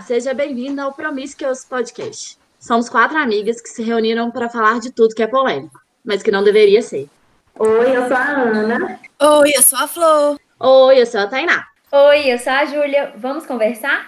seja bem-vindo ao Promiscuous Podcast. Somos 4 amigas que se reuniram para falar de tudo que é polêmico, mas que não deveria ser. Oi, eu sou a Ana. Oi, eu sou a Flor. Oi, eu sou a Tainá. Oi, eu sou a Júlia. Vamos conversar?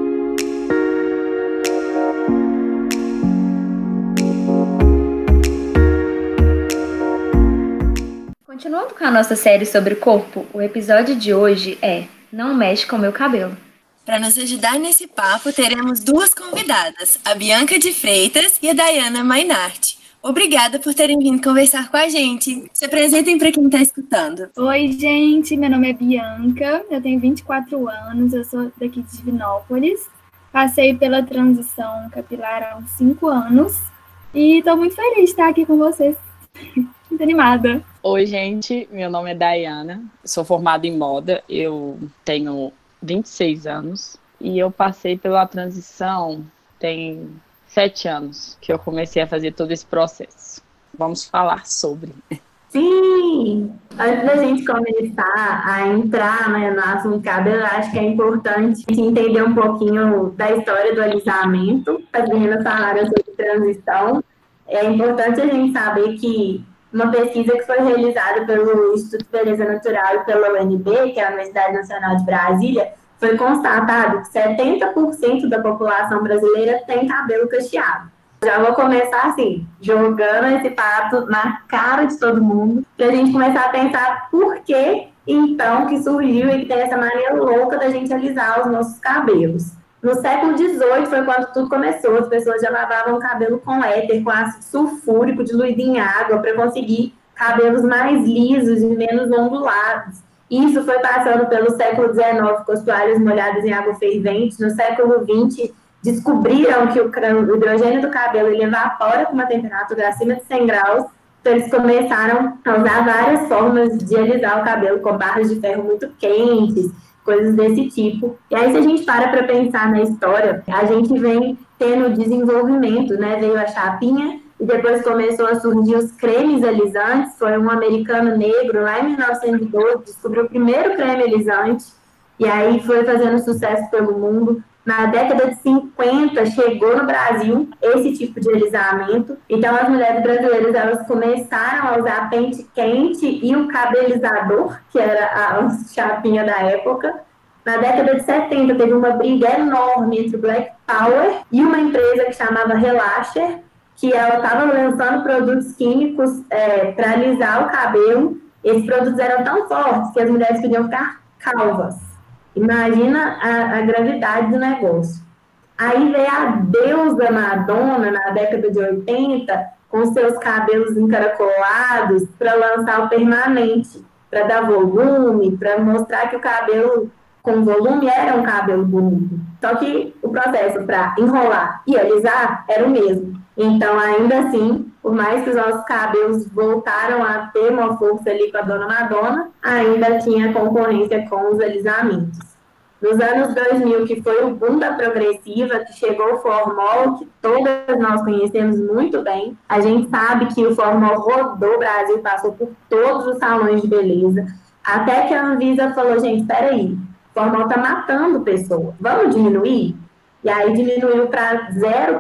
Continuando com a nossa série sobre o corpo, o episódio de hoje é Não Mexe com Meu Cabelo. Para nos ajudar nesse papo, teremos 2 convidadas, a Bianca de Freitas e a Dayana Mainardi. Obrigada por terem vindo conversar com a gente. Se apresentem para quem está escutando. Oi, gente, meu nome é Bianca, eu tenho 24 anos, eu sou daqui de Divinópolis. Passei pela transição capilar há uns 5 anos e estou muito feliz de estar aqui com vocês. Muito animada. Oi, gente, meu nome é Dayana, sou formada em moda, eu tenho 26 anos e eu passei pela transição tem 7 anos que eu comecei a fazer todo esse processo. Vamos falar sobre. Sim! Antes da gente começar a entrar, no assunto cabelo, acho que é importante entender um pouquinho da história do alisamento. As meninas falaram sobre transição. É importante a gente saber que uma pesquisa que foi realizada pelo Instituto de Beleza Natural e pela UNB, que é a Universidade Nacional de Brasília, foi constatado que 70% da população brasileira tem cabelo cacheado. Já vou começar assim, jogando esse pato na cara de todo mundo, para a gente começar a pensar por que, então, que surgiu e que tem essa mania louca da gente alisar os nossos cabelos. No século XVIII foi quando tudo começou, as pessoas já lavavam o cabelo com éter, com ácido sulfúrico diluído em água, para conseguir cabelos mais lisos e menos ondulados. Isso foi passando pelo século XIX, com as toalhas molhadas em água fervente. No século XX, descobriram que o hidrogênio do cabelo ele evapora com uma temperatura acima de 100 graus, então eles começaram a usar várias formas de alisar o cabelo, com barras de ferro muito quentes, coisas desse tipo. E aí, se a gente para pensar na história, a gente vem tendo desenvolvimento, né? Veio a chapinha e depois começou a surgir os cremes alisantes. Foi um americano negro, lá em 1912, descobriu o primeiro creme alisante, e aí foi fazendo sucesso pelo mundo. Na década de 50, chegou no Brasil esse tipo de alisamento. Então, as mulheres brasileiras elas começaram a usar pente quente e o cabelizador, que era a chapinha da época. Na década de 70, teve uma briga enorme entre o Black Power e uma empresa que chamava Relaxer, que ela estava lançando produtos químicos para alisar o cabelo. Esses produtos eram tão fortes que as mulheres podiam ficar calvas. Imagina a gravidade do negócio. Aí veio a deusa Madonna, na década de 80, com seus cabelos encaracolados, para lançar o permanente, para dar volume, para mostrar que o cabelo com volume era um cabelo bonito. Só que o processo para enrolar e alisar era o mesmo. Então, ainda assim, por mais que os nossos cabelos voltaram a ter uma força ali com a dona Madonna, ainda tinha concorrência com os alisamentos. Nos anos 2000, que foi o boom da progressiva, que chegou o formol, que todas nós conhecemos muito bem. A gente sabe que o formol rodou o Brasil, passou por todos os salões de beleza, até que a Anvisa falou, gente, espera aí, o formol está matando pessoas, vamos diminuir? E aí diminuiu para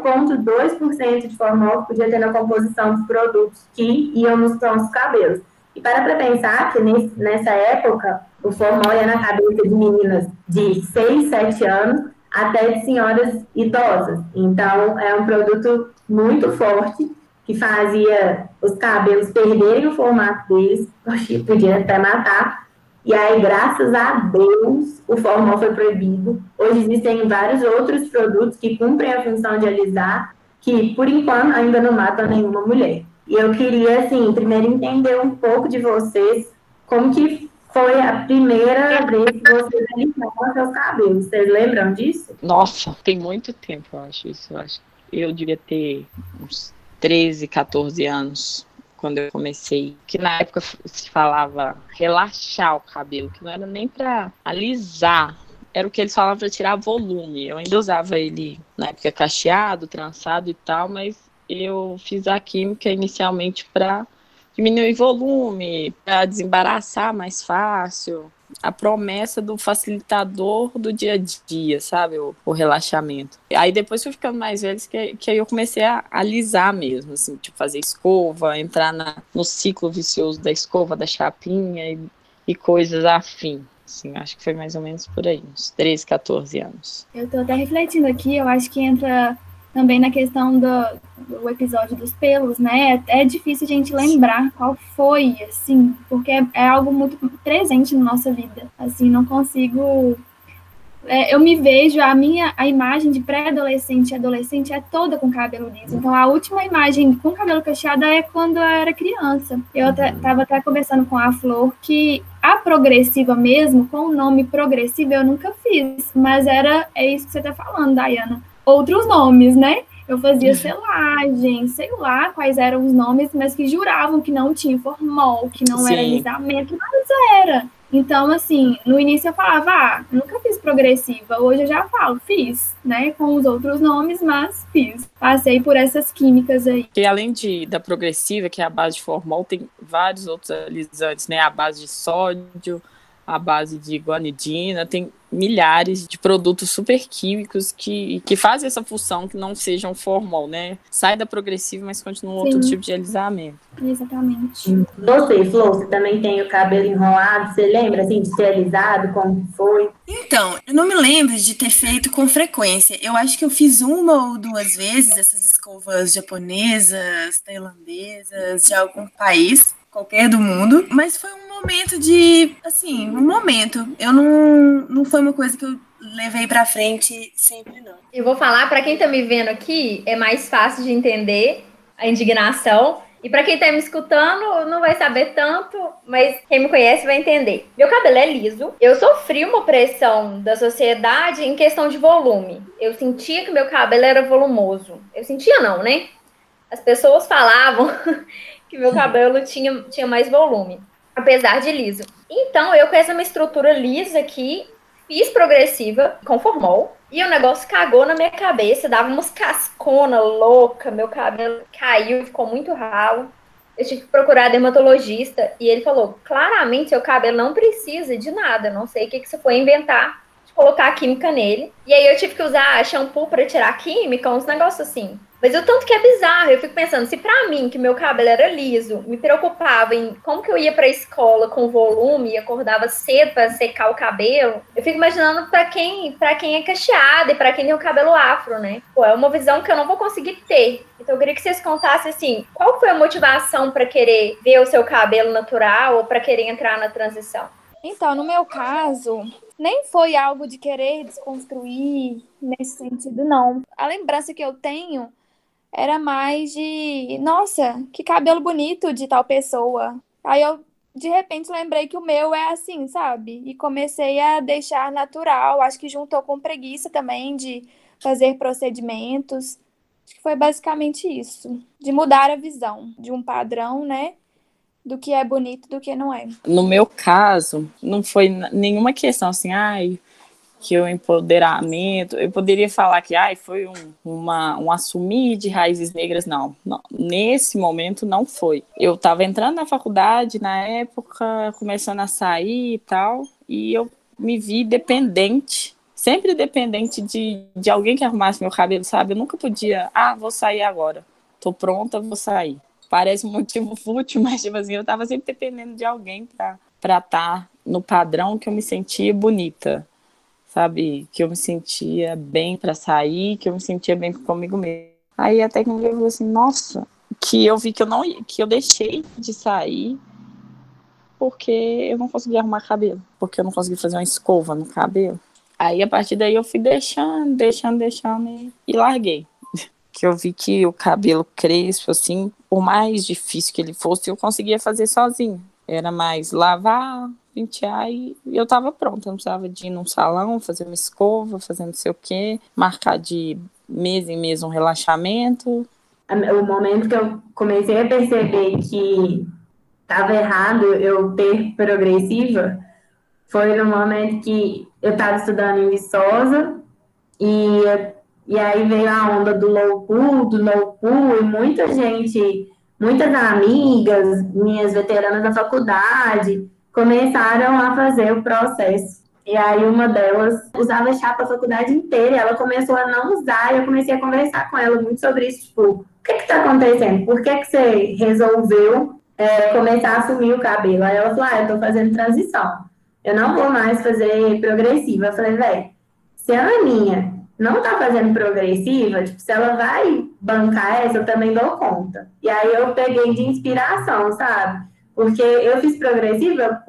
0,2% de formol que podia ter na composição dos produtos que iam nos nossos cabelos. E para pensar que nessa época, o formol ia na cabeça de meninas de 6, 7 anos até de senhoras idosas. Então, é um produto muito forte que fazia os cabelos perderem o formato deles, podia até matar. E aí, graças a Deus, o formol foi proibido. Hoje existem vários outros produtos que cumprem a função de alisar, que, por enquanto, ainda não matam nenhuma mulher. E eu queria, assim, primeiro entender um pouco de vocês, como que foi a primeira vez que vocês alisaram seus cabelos. Vocês lembram disso? Nossa, tem muito tempo, eu acho isso. Eu acho que eu devia ter uns 13, 14 anos. Quando eu comecei, que na época se falava relaxar o cabelo, que não era nem para alisar, era o que eles falavam para tirar volume. Eu ainda usava ele na época cacheado, trançado e tal, mas eu fiz a química inicialmente para diminuir volume, para desembaraçar mais fácil. a promessa do facilitador do dia a dia, sabe? O relaxamento. Aí depois fui ficando mais velha, que aí eu comecei a alisar mesmo, assim, tipo, fazer escova, entrar no ciclo vicioso da escova, da chapinha e coisas afim. Assim, acho que foi mais ou menos por aí, uns 13, 14 anos. Eu tô até refletindo aqui, eu acho que entra também na questão do episódio dos pelos, né? É difícil a gente lembrar qual foi, assim, porque é algo muito presente na nossa vida. Assim, não consigo... eu me vejo, a imagem de pré-adolescente e adolescente é toda com cabelo liso. Então, a última imagem com cabelo cacheado é quando eu era criança. Eu estava até conversando com a Flor que a progressiva mesmo, com o nome progressiva, eu nunca fiz. Mas é isso que você está falando, Dayana. Outros nomes, né? Eu fazia selagem, sei lá quais eram os nomes, mas que juravam que não tinha formol, que não era alisamento, mas era. Então, assim, no início eu falava, nunca fiz progressiva. Hoje eu já falo, fiz, né? Com os outros nomes, mas fiz. Passei por essas químicas aí. E além da progressiva, que é a base de formol, tem vários outros alisantes, né? A base de sódio, a base de guanidina, tem milhares de produtos super químicos que fazem essa função que não sejam formol, né? Sai da progressiva, mas continua outro tipo de alisamento. Exatamente. Você, Flor, você também tem o cabelo enrolado, você lembra, assim, de ser alisado, como foi? Então, eu não me lembro de ter feito com frequência. Eu acho que eu fiz uma ou duas vezes essas escovas japonesas, tailandesas, de algum país, qualquer do mundo, mas foi um momento de, assim, um momento. Eu não foi uma coisa que eu levei pra frente sempre, não. Eu vou falar, pra quem tá me vendo aqui, é mais fácil de entender a indignação. E pra quem tá me escutando, não vai saber tanto, mas quem me conhece vai entender. Meu cabelo é liso. Eu sofri uma pressão da sociedade em questão de volume. Eu sentia que meu cabelo era volumoso. Eu sentia não, né? As pessoas falavam que meu cabelo tinha mais volume, apesar de liso. Então, eu com essa minha estrutura lisa aqui, fiz progressiva com formol. E o negócio cagou na minha cabeça, dava umas casconas louca, meu cabelo caiu, ficou muito ralo. Eu tive que procurar dermatologista e ele falou, claramente seu cabelo não precisa de nada, não sei o que você foi inventar de colocar química nele. E aí eu tive que usar shampoo para tirar a química, uns negócios assim. Mas o tanto que é bizarro, eu fico pensando, se pra mim, que meu cabelo era liso, me preocupava em como que eu ia pra escola com volume e acordava cedo pra secar o cabelo, eu fico imaginando pra quem é cacheado e pra quem tem o cabelo afro, né? Pô, é uma visão que eu não vou conseguir ter. Então eu queria que vocês contassem, assim, qual foi a motivação pra querer ver o seu cabelo natural ou pra querer entrar na transição? Então, no meu caso, nem foi algo de querer desconstruir nesse sentido, não. A lembrança que eu tenho era mais de, nossa, que cabelo bonito de tal pessoa. Aí eu, de repente, lembrei que o meu é assim, sabe? E comecei a deixar natural. Acho que juntou com preguiça também de fazer procedimentos. Acho que foi basicamente isso. De mudar a visão de um padrão, né? Do que é bonito e do que não é. No meu caso, não foi nenhuma questão assim, que o empoderamento, eu poderia falar que foi um assumir de raízes negras, não. Nesse momento não foi. Eu estava entrando na faculdade na época, começando a sair e tal, e eu me vi dependente, sempre dependente de alguém que arrumasse meu cabelo, sabe? Eu nunca podia, vou sair agora, tô pronta, vou sair. Parece um motivo fútil, mas tipo assim, eu estava sempre dependendo de alguém para estar no padrão que eu me sentia bonita. Sabe, que eu me sentia bem para sair, que eu me sentia bem comigo mesmo. Aí até que um dia eu falei assim, nossa, que eu vi que eu deixei de sair porque eu não conseguia arrumar cabelo, porque eu não conseguia fazer uma escova no cabelo. Aí a partir daí eu fui deixando e larguei. Que eu vi que o cabelo crespo, assim, por mais difícil que ele fosse, eu conseguia fazer sozinho. Era mais lavar, pentear e eu tava pronta. Não precisava de ir num salão, fazer uma escova, fazer não sei o quê, marcar de mês em mês um relaxamento. O momento que eu comecei a perceber que estava errado eu ter progressiva foi no momento que eu estava estudando em Viçosa e aí veio a onda do low pool, e muita gente, muitas amigas, minhas veteranas da faculdade, começaram a fazer o processo. E aí uma delas usava chapa a faculdade inteira e ela começou a não usar e eu comecei a conversar com ela muito sobre isso, tipo, o que está acontecendo? Por que você resolveu começar a assumir o cabelo? Aí ela falou, eu tô fazendo transição, eu não vou mais fazer progressiva. Eu falei, velho, se a Aninha não tá fazendo progressiva, tipo, se ela vai bancar essa, eu também dou conta. E aí eu peguei de inspiração, sabe? Porque eu fiz progressiva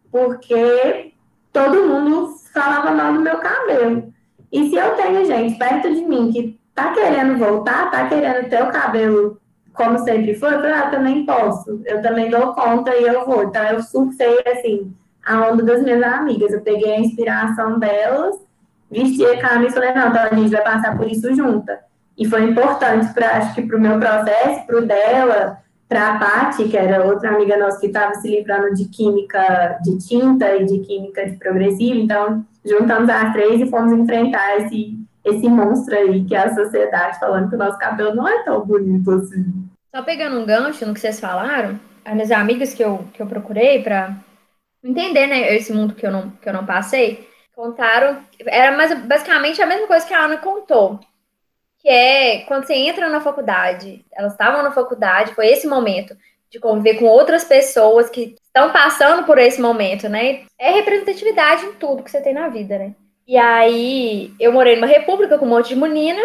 porque todo mundo falava mal do meu cabelo. E se eu tenho gente perto de mim que tá querendo voltar, tá querendo ter o cabelo como sempre foi, eu falei, eu também posso, eu também dou conta e eu vou. Então eu surfei, assim, a onda das minhas amigas. Eu peguei a inspiração delas, vesti a camisa e falei, não, então a gente vai passar por isso junta. E foi importante, acho que para o meu processo, para o dela, para a Paty, que era outra amiga nossa que estava se livrando de química de tinta e de química de progressiva. Então, juntamos as três e fomos enfrentar esse monstro aí, que é a sociedade, falando que o nosso cabelo não é tão bonito assim. Só pegando um gancho no que vocês falaram, as minhas amigas que eu procurei para entender, né, esse mundo que eu não passei, contaram, era basicamente a mesma coisa que a Ana contou, que é quando você entra na faculdade, elas estavam na faculdade, foi esse momento de conviver com outras pessoas que estão passando por esse momento, né? É representatividade em tudo que você tem na vida, né? E aí, eu morei numa república com um monte de menina,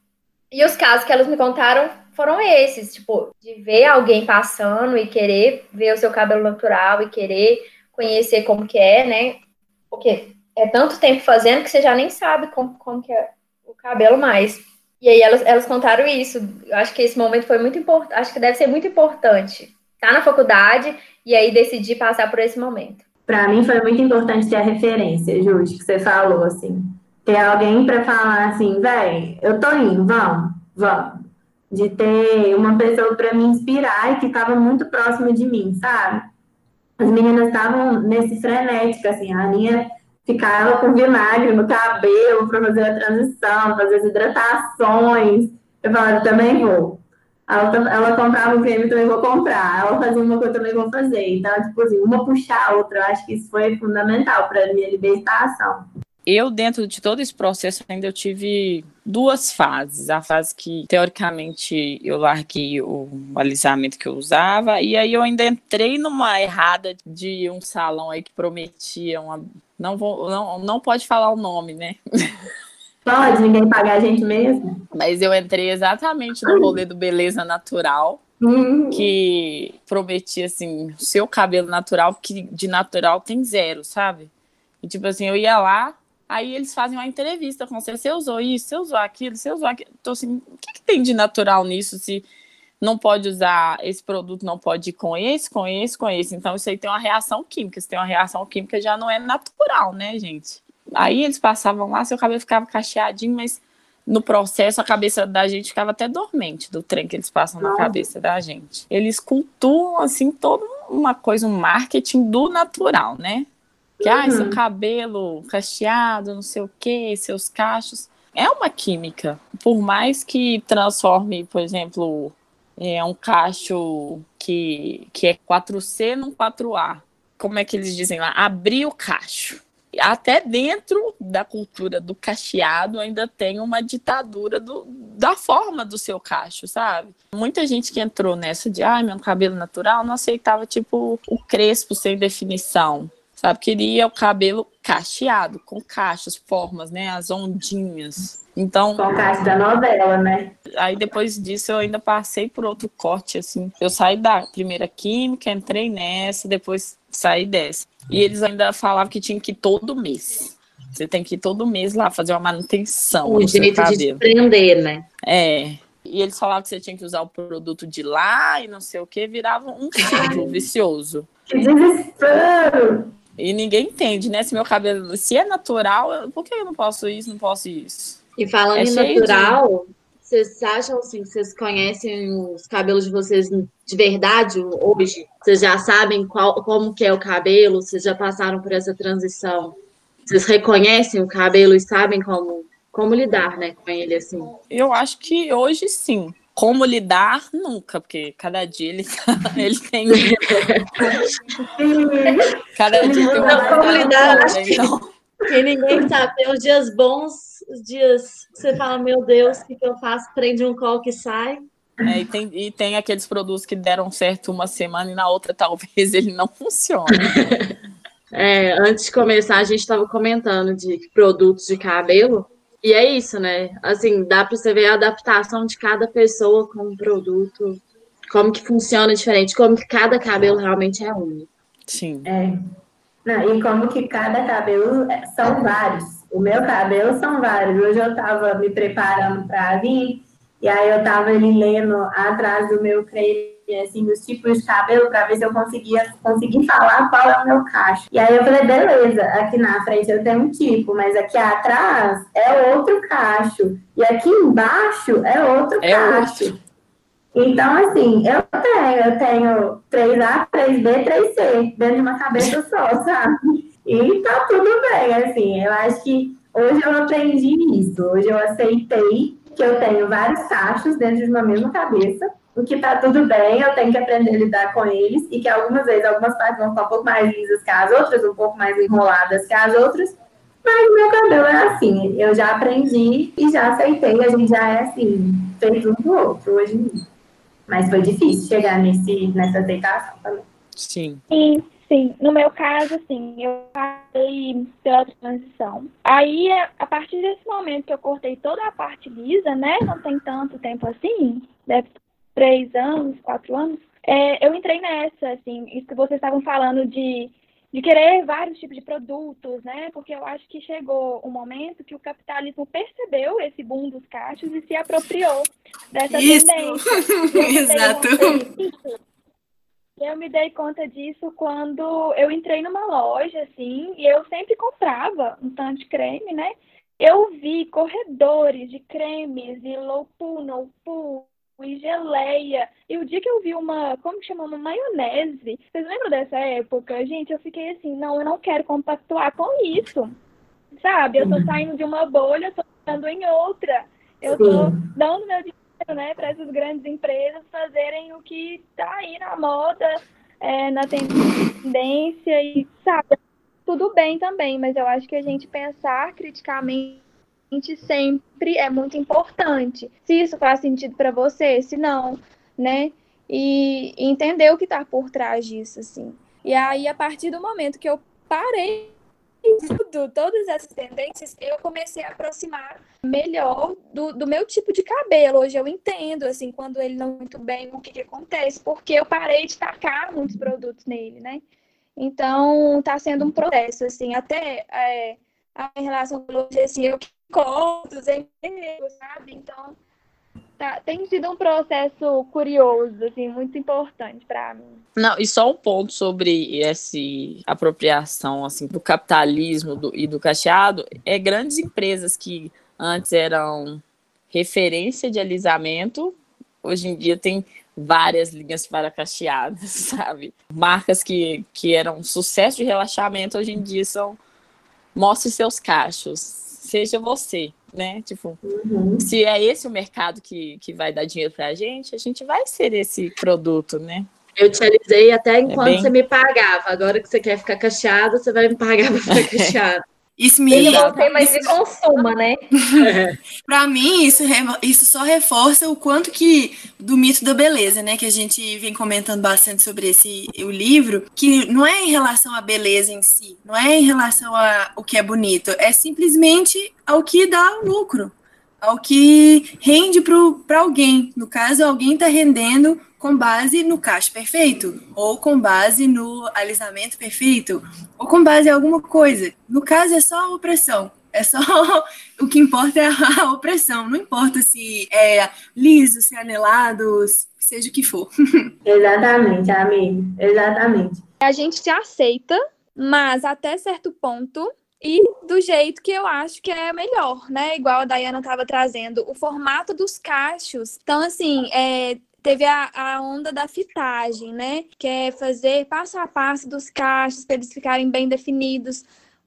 e os casos que elas me contaram foram esses, tipo, de ver alguém passando e querer ver o seu cabelo natural e querer conhecer como que é, né? Porque é tanto tempo fazendo que você já nem sabe como que é o cabelo mais. E aí elas contaram isso. Eu acho que esse momento foi muito importante. Acho que deve ser muito importante estar na faculdade e aí decidir passar por esse momento. Para mim foi muito importante ter a referência, Júlia, que você falou, assim. Ter alguém para falar assim, véi, eu tô indo, vamos. De ter uma pessoa para me inspirar e que estava muito próxima de mim, sabe? As meninas estavam nesse frenético, assim, a Aninha ficava com vinagre no cabelo para fazer a transição, fazer as hidratações. Eu falava, eu também vou. Ela comprava um creme, eu também vou comprar. Ela fazia uma coisa, eu também vou fazer. Então, tipo assim, uma puxar a outra. Eu acho que isso foi fundamental para a minha libertação. Eu, dentro de todo esse processo, ainda eu tive duas fases. A fase que, teoricamente, eu larguei o alisamento que eu usava, e aí eu ainda entrei numa errada de um salão aí que prometia uma... Não pode falar o nome, né? Pode, ninguém pagar a gente mesmo. Mas eu entrei exatamente no rolê do Beleza Natural, que prometia, assim, o seu cabelo natural, que de natural tem zero, sabe? E, tipo assim, eu ia lá, aí eles fazem uma entrevista com você, você usou isso, você usou aquilo, você usou aquilo. Então, assim, o que tem de natural nisso se não pode usar esse produto, não pode ir com esse? Então, isso aí tem uma reação química. Se tem uma reação química, já não é natural, né, gente? Aí eles passavam lá, seu cabelo ficava cacheadinho, mas no processo a cabeça da gente ficava até dormente do trem que eles passam na cabeça da gente. Eles cultuam, assim, toda uma coisa, um marketing do natural, né? Que, seu cabelo cacheado, não sei o quê, seus cachos. É uma química. Por mais que transforme, por exemplo, um cacho que é 4C num 4A. Como é que eles dizem lá? Abrir o cacho. Até dentro da cultura do cacheado ainda tem uma ditadura da forma do seu cacho, sabe? Muita gente que entrou nessa de, meu cabelo natural, não aceitava, tipo, o crespo sem definição, sabe? Queria o cabelo cacheado, com cachos, formas, né? As ondinhas. Então, com o cacho da novela, né? Aí depois disso eu ainda passei por outro corte, assim. Eu saí da primeira química, entrei nessa, depois saí dessa. E eles ainda falavam que tinha que ir todo mês. Você tem que ir todo mês lá fazer uma manutenção no seu cabelo. O jeito de prender, né? É. E eles falavam que você tinha que usar o produto de lá e não sei o que, virava um ciclo vicioso. Que desespero! E ninguém entende, né? Se meu cabelo, se é natural, por que eu não posso isso, não posso isso? E falando em natural, vocês acham assim, que vocês conhecem os cabelos de vocês de verdade hoje? Vocês já sabem como que é o cabelo? Vocês já passaram por essa transição? Vocês reconhecem o cabelo e sabem como lidar, né, com ele assim? Eu acho que hoje sim. como lidar, nunca, porque cada dia ele tem. Cada dia tem uma Como lidar, coisa, acho que então. que ninguém sabe. Tem os dias bons, os dias que você fala, meu Deus, o que eu faço? Prende um call que sai. E tem aqueles produtos que deram certo uma semana e na outra talvez ele não funcione. Antes de começar, a gente estava comentando de produtos de cabelo. E é isso, né? Assim, dá para você ver a adaptação de cada pessoa com o produto, como que funciona diferente, como que cada cabelo realmente é único. Sim. Não, e como que cada cabelo são vários. O meu cabelo são vários. Hoje eu estava me preparando para vir, e aí eu estava ali lendo atrás do meu creme, assim, os tipos de cabelo, para ver se eu conseguir falar qual é o meu cacho. E aí eu falei, beleza, aqui na frente eu tenho um tipo, mas aqui atrás é outro cacho. E aqui embaixo é outro cacho. Outro. Então, assim, eu tenho 3A, 3B, 3C dentro de uma cabeça só, sabe? E tá tudo bem, assim. Eu acho que hoje eu aprendi isso. Hoje eu aceitei que eu tenho vários cachos dentro de uma mesma cabeça. O que tá tudo bem, eu tenho que aprender a lidar com eles. E que algumas vezes, algumas partes vão ficar um pouco mais lisas que as outras, um pouco mais enroladas que as outras. Mas o meu cabelo é assim. Eu já aprendi e já aceitei. A gente já é assim, feito um do outro hoje em dia. Mas foi difícil chegar nessa aceitação também. Sim. Sim. No meu caso, assim, eu passei pela transição. Aí, a partir desse momento que eu cortei toda a parte lisa, né? Não tem tanto tempo assim, deve ser 3 anos, 4 anos. Eu entrei nessa, assim, isso que vocês estavam falando de querer vários tipos de produtos, né? Porque eu acho que chegou um momento que o capitalismo percebeu esse boom dos cachos e se apropriou dessa tendência. Exato. Eu me dei conta disso quando eu entrei numa loja, assim, e eu sempre comprava um tanto de creme, né? Eu vi corredores de cremes e low pool, no pool, e geleia. E o dia que eu vi como que chama? Uma maionese. Vocês lembram dessa época? Gente, eu fiquei assim, não, eu não quero compactuar com isso. Sabe? Eu tô saindo de uma bolha, tô entrando em outra. Eu tô dando meu dinheiro, né, para essas grandes empresas fazerem o que tá aí na moda, na tendência e, sabe? Tudo bem também, mas eu acho que a gente pensar criticamente sempre é muito importante. Se isso faz sentido para você, se não, né? E entender o que está por trás disso, assim. E aí, a partir do momento que eu parei todas essas tendências, eu comecei a aproximar melhor do meu tipo de cabelo. Hoje eu entendo, assim, quando ele não muito bem, o que acontece, porque eu parei de tacar muitos produtos nele, né? Então, está sendo um processo, assim, até em relação ao assim, eu corto, sabe? Então, tem sido um processo curioso, assim, muito importante para mim. Não, e só um ponto sobre essa apropriação assim, do capitalismo e do cacheado, grandes empresas que antes eram referência de alisamento, hoje em dia tem várias linhas para cacheadas, sabe? Marcas que eram sucesso de relaxamento, hoje em dia mostre seus cachos, seja você, né? Tipo, se é esse o mercado que vai dar dinheiro pra gente vai ser esse produto, né? Eu te alisei até enquanto você me pagava. Agora que você quer ficar cacheado, você vai me pagar para ficar cacheado. Isso me... Eu não voltei, mas me consuma, né? Para mim, isso só reforça o quanto que do mito da beleza, né? Que a gente vem comentando bastante sobre o livro, que não é em relação à beleza em si, não é em relação ao que é bonito, é simplesmente ao que dá lucro, ao que rende para alguém. No caso, alguém está rendendo com base no cacho perfeito, ou com base no alisamento perfeito, ou com base em alguma coisa. No caso, é só a opressão. É só o que importa é a opressão. Não importa se é liso, se é anelado, seja o que for. Exatamente, amigo. Exatamente. A gente se aceita, mas até certo ponto e do jeito que eu acho que é melhor, né? Igual a Dayana estava trazendo, o formato dos cachos. Então, assim, teve a onda da fitagem, né? Que é fazer passo a passo dos cachos para eles ficarem bem definidos.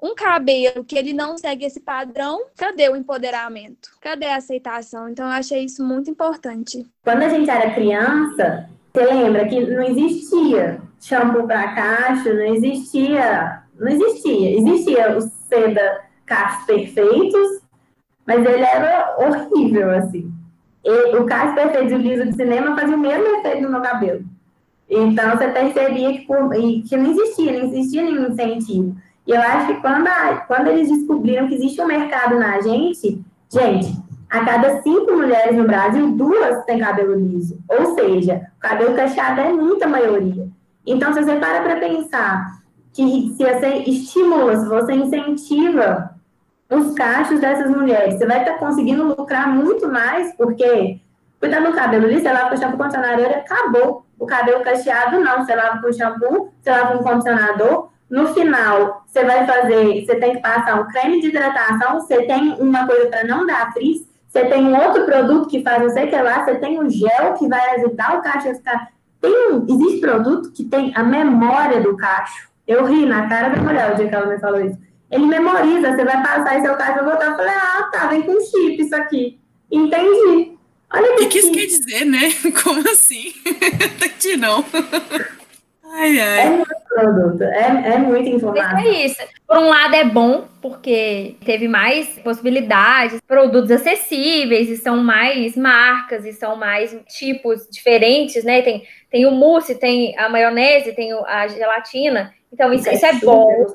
um cabelo que ele não segue esse padrão, cadê o empoderamento? Cadê a aceitação? Então, eu achei isso muito importante. Quando a gente era criança, você lembra que não existia shampoo para cacho, não existia. Existia o seda cachos perfeitos, mas ele era horrível, assim. E o cacho perfeito e o liso de cinema fazia o mesmo efeito no meu cabelo. Então, você percebia que não existia nenhum incentivo. E eu acho que quando eles descobriram que existe um mercado na gente, a cada 5 mulheres no Brasil, 2 têm cabelo liso. Ou seja, o cabelo cacheado é muita maioria. Então, se você para pensar que se você estimula, se você incentiva os cachos dessas mulheres, você vai estar conseguindo lucrar muito mais, porque cuidar do cabelo liso, você lava com shampoo, condicionador e acabou. O cabelo cacheado, não. Você lava com shampoo, você lava com condicionador. No final, você tem que passar um creme de hidratação, você tem uma coisa para não dar frizz, você tem um outro produto que faz não sei o que lá, você tem um gel que vai ajudar o cacho a ficar... Existe produto que tem a memória do cacho. Eu ri na cara da mulher o dia que ela me falou isso. Ele memoriza, você vai passar e seu cacho vai voltar. Eu falei, tá, vem com chip isso aqui. Entendi. Olha O que isso quer dizer, né? Como assim? Entendi, não. Ai. É muito produto, é muita informação. Mas é isso. Por um lado é bom, porque teve mais possibilidades, produtos acessíveis, e são mais marcas, e são mais tipos diferentes, né? Tem o mousse, tem a maionese, tem a gelatina. Então, isso é bom.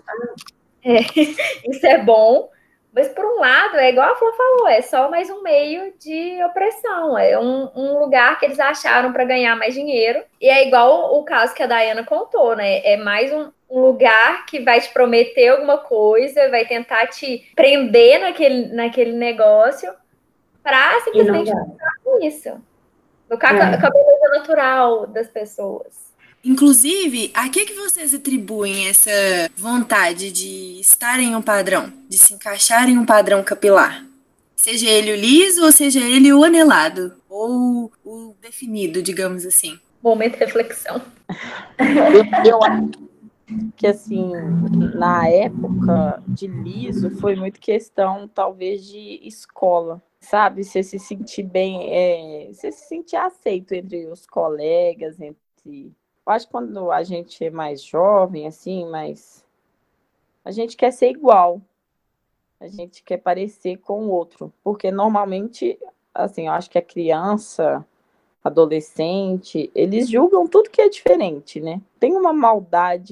Isso é bom. Mas, por um lado, é igual a Flor falou, é só mais um meio de opressão. É um lugar que eles acharam para ganhar mais dinheiro. E é igual o caso que a Dayana contou, né? É mais um lugar que vai te prometer alguma coisa, vai tentar te prender naquele negócio para simplesmente ficar com isso. No cabelo natural das pessoas. Inclusive, a que vocês atribuem essa vontade de estar em um padrão, de se encaixar em um padrão capilar? Seja ele o liso ou seja ele o anelado, ou o definido, digamos assim. Momento de reflexão. Eu acho que, assim, na época de liso, foi muito questão, talvez, de escola, sabe? Você se sentir bem, você se sentir aceito entre os colegas, entre... Eu acho que quando a gente é mais jovem, assim, mas a gente quer ser igual. A gente quer parecer com o outro. Porque normalmente, assim, eu acho que a criança, adolescente, eles julgam tudo que é diferente, né? Tem uma maldade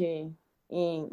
em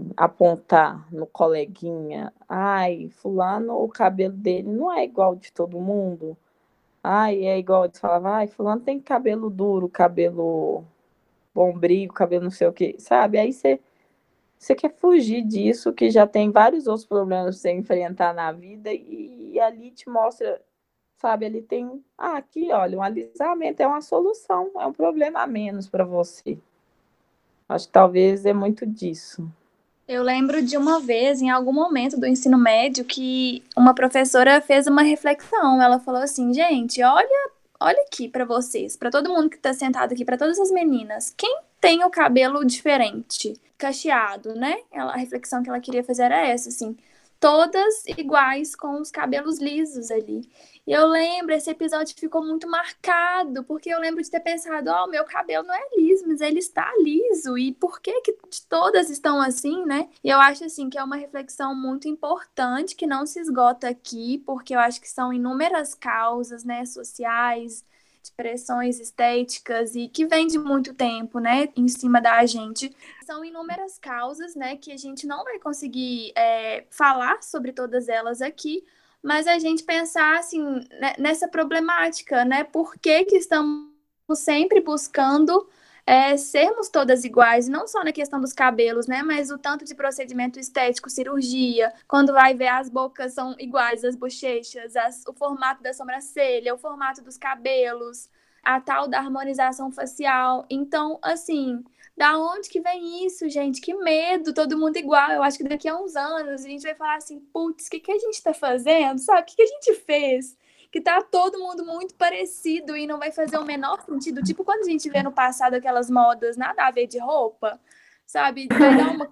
apontar no coleguinha. Ai, fulano, o cabelo dele não é igual de todo mundo. Ai, é igual, eles falavam, ai, fulano tem cabelo duro, cabelo... bombril, cabelo não sei o que, sabe? Aí você quer fugir disso, que já tem vários outros problemas pra você enfrentar na vida, e ali te mostra, sabe? Ali tem, aqui, olha, um alisamento é uma solução, é um problema a menos para você. Acho que talvez é muito disso. Eu lembro de uma vez, em algum momento do ensino médio, que uma professora fez uma reflexão. Ela falou assim, gente, olha aqui pra vocês, pra todo mundo que tá sentado aqui, pra todas as meninas, quem tem o cabelo diferente, cacheado, né? A reflexão que ela queria fazer era essa, assim, todas iguais com os cabelos lisos ali. E eu lembro, esse episódio ficou muito marcado, porque eu lembro de ter pensado, o meu cabelo não é liso, mas ele está liso, e por que todas estão assim, né? E eu acho, assim, que é uma reflexão muito importante, que não se esgota aqui, porque eu acho que são inúmeras causas, né, sociais, de pressões estéticas, e que vem de muito tempo, né, em cima da gente. São inúmeras causas, né, que a gente não vai conseguir falar sobre todas elas aqui, mas a gente pensar, assim, nessa problemática, né, por que estamos sempre buscando sermos todas iguais, não só na questão dos cabelos, né, mas o tanto de procedimento estético, cirurgia, quando vai ver as bocas são iguais, as bochechas, o formato da sobrancelha, o formato dos cabelos, a tal da harmonização facial. Então, assim, da onde que vem isso, gente? Que medo, todo mundo igual. Eu acho que daqui a uns anos a gente vai falar assim, putz, o que a gente tá fazendo? Sabe, o que a gente fez? Que tá todo mundo muito parecido e não vai fazer o menor sentido. Tipo quando a gente vê no passado aquelas modas nada a ver de roupa, sabe? Vai dar uma coisa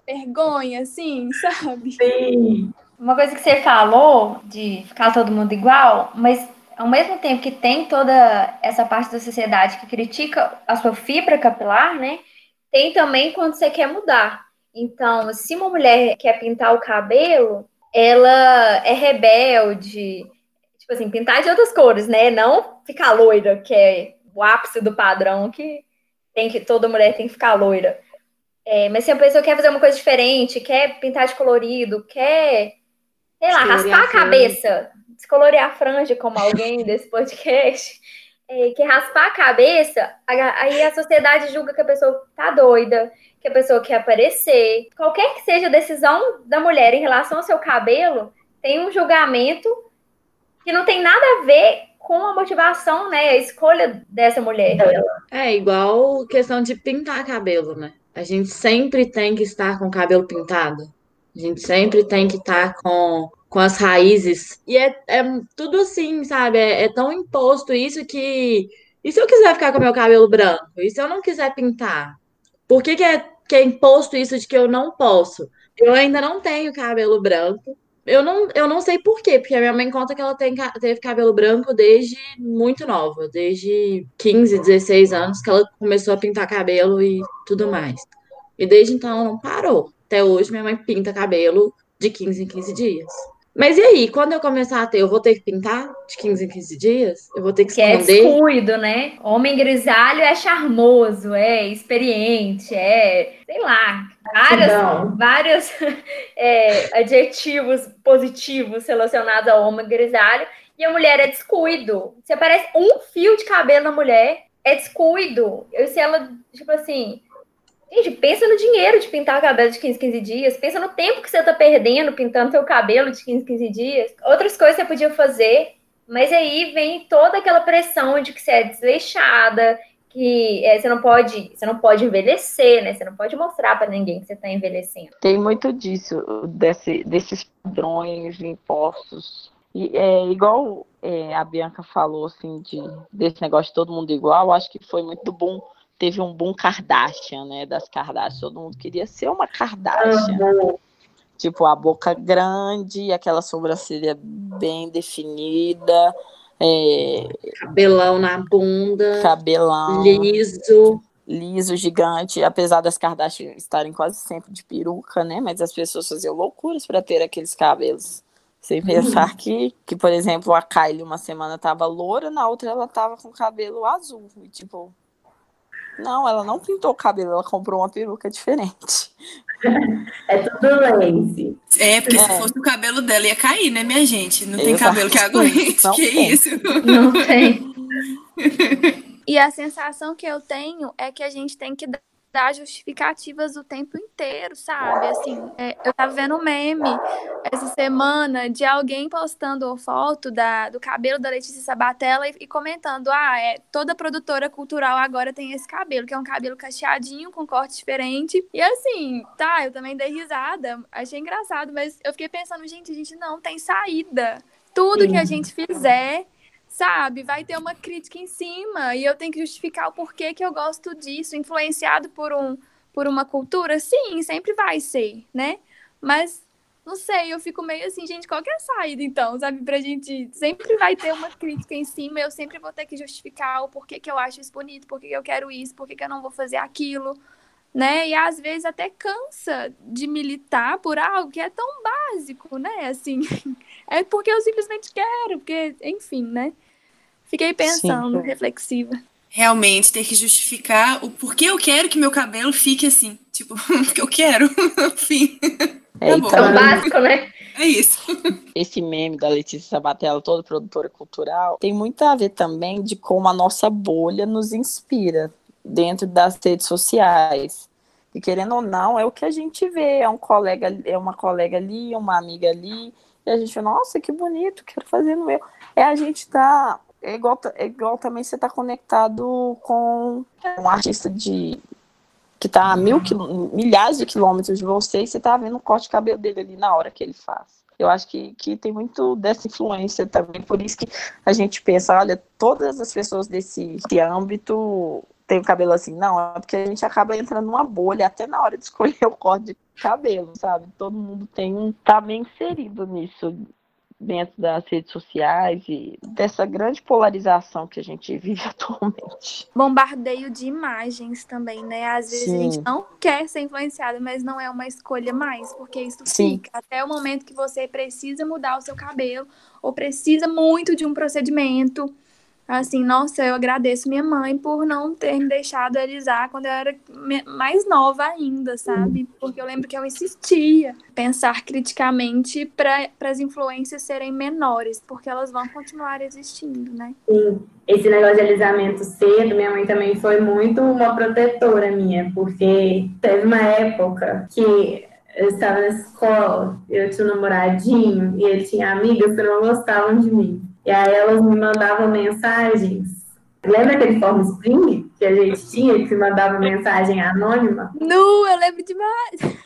vergonha, assim, sabe? Sim. Uma coisa que você falou de ficar todo mundo igual, mas ao mesmo tempo que tem toda essa parte da sociedade que critica a sua fibra capilar, né? Tem também quando você quer mudar. Então, se uma mulher quer pintar o cabelo, ela é rebelde, tipo assim, pintar de outras cores, né? Não ficar loira, que é o ápice do padrão que toda mulher tem que ficar loira. Mas se a pessoa quer fazer uma coisa diferente, quer pintar de colorido, quer, sei lá, Descolorir raspar a a franja. cabeça, descolorir a franja, como alguém desse podcast, quer raspar a cabeça, aí a sociedade julga que a pessoa tá doida, que a pessoa quer aparecer. Qualquer que seja a decisão da mulher em relação ao seu cabelo, tem um julgamento que não tem nada a ver com a motivação, né, a escolha dessa mulher. É igual questão de pintar cabelo, né? A gente sempre tem que estar com o cabelo pintado. A gente sempre tem que estar com as raízes. E é tudo assim, sabe? É tão imposto isso que. E se eu quiser ficar com meu cabelo branco? E se eu não quiser pintar? Por que é imposto isso de que eu não posso? Eu ainda não tenho cabelo branco. Eu não sei por quê, porque a minha mãe conta que ela teve cabelo branco desde muito nova, desde 15, 16 anos que ela começou a pintar cabelo e tudo mais. E desde então ela não parou. Até hoje minha mãe pinta cabelo de 15 em 15 dias. Mas e aí, quando eu começar a ter, eu vou ter que pintar de 15 em 15 dias? Eu vou ter que Que é esconder? descuido, né? Homem grisalho é charmoso, é experiente, sei lá, Então, vários adjetivos positivos relacionados ao homem grisalho. E a mulher é descuido. Se aparece um fio de cabelo na mulher, é descuido. Se ela, tipo assim, gente, pensa no dinheiro de pintar o cabelo de 15 15 dias. Pensa no tempo que você tá perdendo pintando seu cabelo de 15 15 dias. Outras coisas você podia fazer, mas aí vem toda aquela pressão de que você é desleixada, que você não pode envelhecer, né? Você não pode mostrar para ninguém que você tá envelhecendo. Tem muito disso, desses padrões impostos. E é igual a Bianca falou, assim, desse negócio de todo mundo igual, acho que foi muito bom. Teve um boom Kardashian, né? Das Kardashian. Todo mundo queria ser uma Kardashian. Tipo, a boca grande, aquela sobrancelha bem definida, Cabelão na bunda, cabelão liso. gigante. Apesar das Kardashian estarem quase sempre de peruca, né? Mas as pessoas faziam loucuras para ter aqueles cabelos. Sem pensar que, por exemplo, a Kylie uma semana tava loura, na outra ela tava com cabelo azul. E, tipo, não, ela não pintou o cabelo, ela comprou uma peruca diferente. é tudo lace. Porque se fosse o cabelo dela ia cair, né, minha gente? Não tem cabelo que Exatamente, aguente, não que tem. isso? Não tem. E a sensação que eu tenho é que a gente tem que dar justificativas o tempo inteiro, sabe? Assim, eu tava vendo um meme essa semana de alguém postando foto do cabelo da Letícia Sabatella e comentando: toda produtora cultural agora tem esse cabelo, que é um cabelo cacheadinho, com corte diferente. E assim, eu também dei risada, achei engraçado, mas eu fiquei pensando, gente, a gente não tem saída. Tudo que a gente fizer, sabe, vai ter uma crítica em cima e eu tenho que justificar o porquê que eu gosto disso, influenciado por uma cultura, sim, sempre vai ser, né? Mas, não sei, eu fico meio assim, gente, qual que é a saída então, sabe, pra gente, sempre vai ter uma crítica em cima, eu sempre vou ter que justificar o porquê que eu acho isso bonito, porquê que eu quero isso, porquê que eu não vou fazer aquilo, né? E às vezes até cansa de militar por algo que é tão básico, né? Assim, é porque eu simplesmente quero, porque, enfim, né? Fiquei pensando, reflexiva. Realmente, ter que justificar o porquê eu quero que meu cabelo fique assim. Tipo, porque eu quero. Fim. Então, Tão básico, né? É isso. Esse meme da Letícia Sabatella, toda produtora cultural, tem muito a ver também de como a nossa bolha nos inspira dentro das redes sociais. E querendo ou não, é o que a gente vê, é uma colega ali, uma amiga ali, e a gente, nossa, que bonito, quero fazer no meu. A gente tá, é igual também você tá conectado com um artista que tá a milhares de quilômetros de você e você tá vendo o corte de cabelo dele ali na hora que ele faz. Eu acho que tem muito dessa influência também, por isso que a gente pensa, olha, todas as pessoas desse âmbito tenho cabelo assim. Não, é porque a gente acaba entrando numa bolha até na hora de escolher o corte de cabelo, sabe? Todo mundo tá bem inserido nisso dentro das redes sociais e dessa grande polarização que a gente vive atualmente. Bombardeio de imagens também, né? Às vezes a gente Sim. não quer ser influenciada, mas não é uma escolha mais, porque isso Sim. fica. Até o momento que você precisa mudar o seu cabelo ou precisa muito de um procedimento. Assim, nossa, eu agradeço minha mãe por não ter me deixado alisar quando eu era mais nova ainda, sabe? Porque eu lembro que eu insistia pensar criticamente para as influências serem menores, porque elas vão continuar existindo, né? Sim, esse negócio de alisamento cedo, minha mãe também foi muito uma protetora minha, porque teve uma época que eu estava na escola, eu tinha um namoradinho e ele tinha amigas que não gostavam de mim. E aí elas me mandavam mensagens. Lembra aquele form Spring que a gente tinha, que mandava mensagem anônima? Nu, eu lembro demais.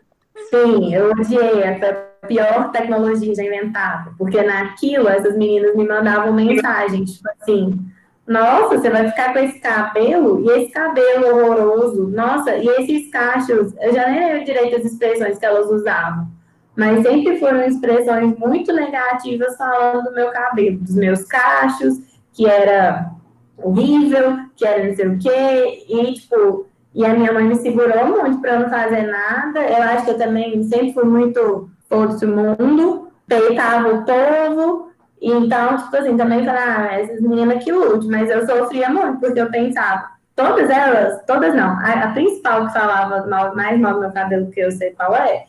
Sim, eu odiei essa pior tecnologia já inventada, porque naquilo essas meninas me mandavam mensagens, tipo assim, nossa, você vai ficar com esse cabelo? E esse cabelo horroroso? Nossa, e esses cachos? Eu já nem lembro direito as expressões que elas usavam, mas sempre foram expressões muito negativas falando do meu cabelo, dos meus cachos, que era horrível, que era não sei o quê, e tipo... E a minha mãe me segurou muito para eu não fazer nada. Eu acho que eu também sempre fui muito foda-se o mundo, peitava o povo. Então, tipo assim, também falava, essas meninas que lute, mas eu sofria muito, porque eu pensava, todas elas, todas não, a principal que falava mais mal do meu cabelo, que eu sei qual é,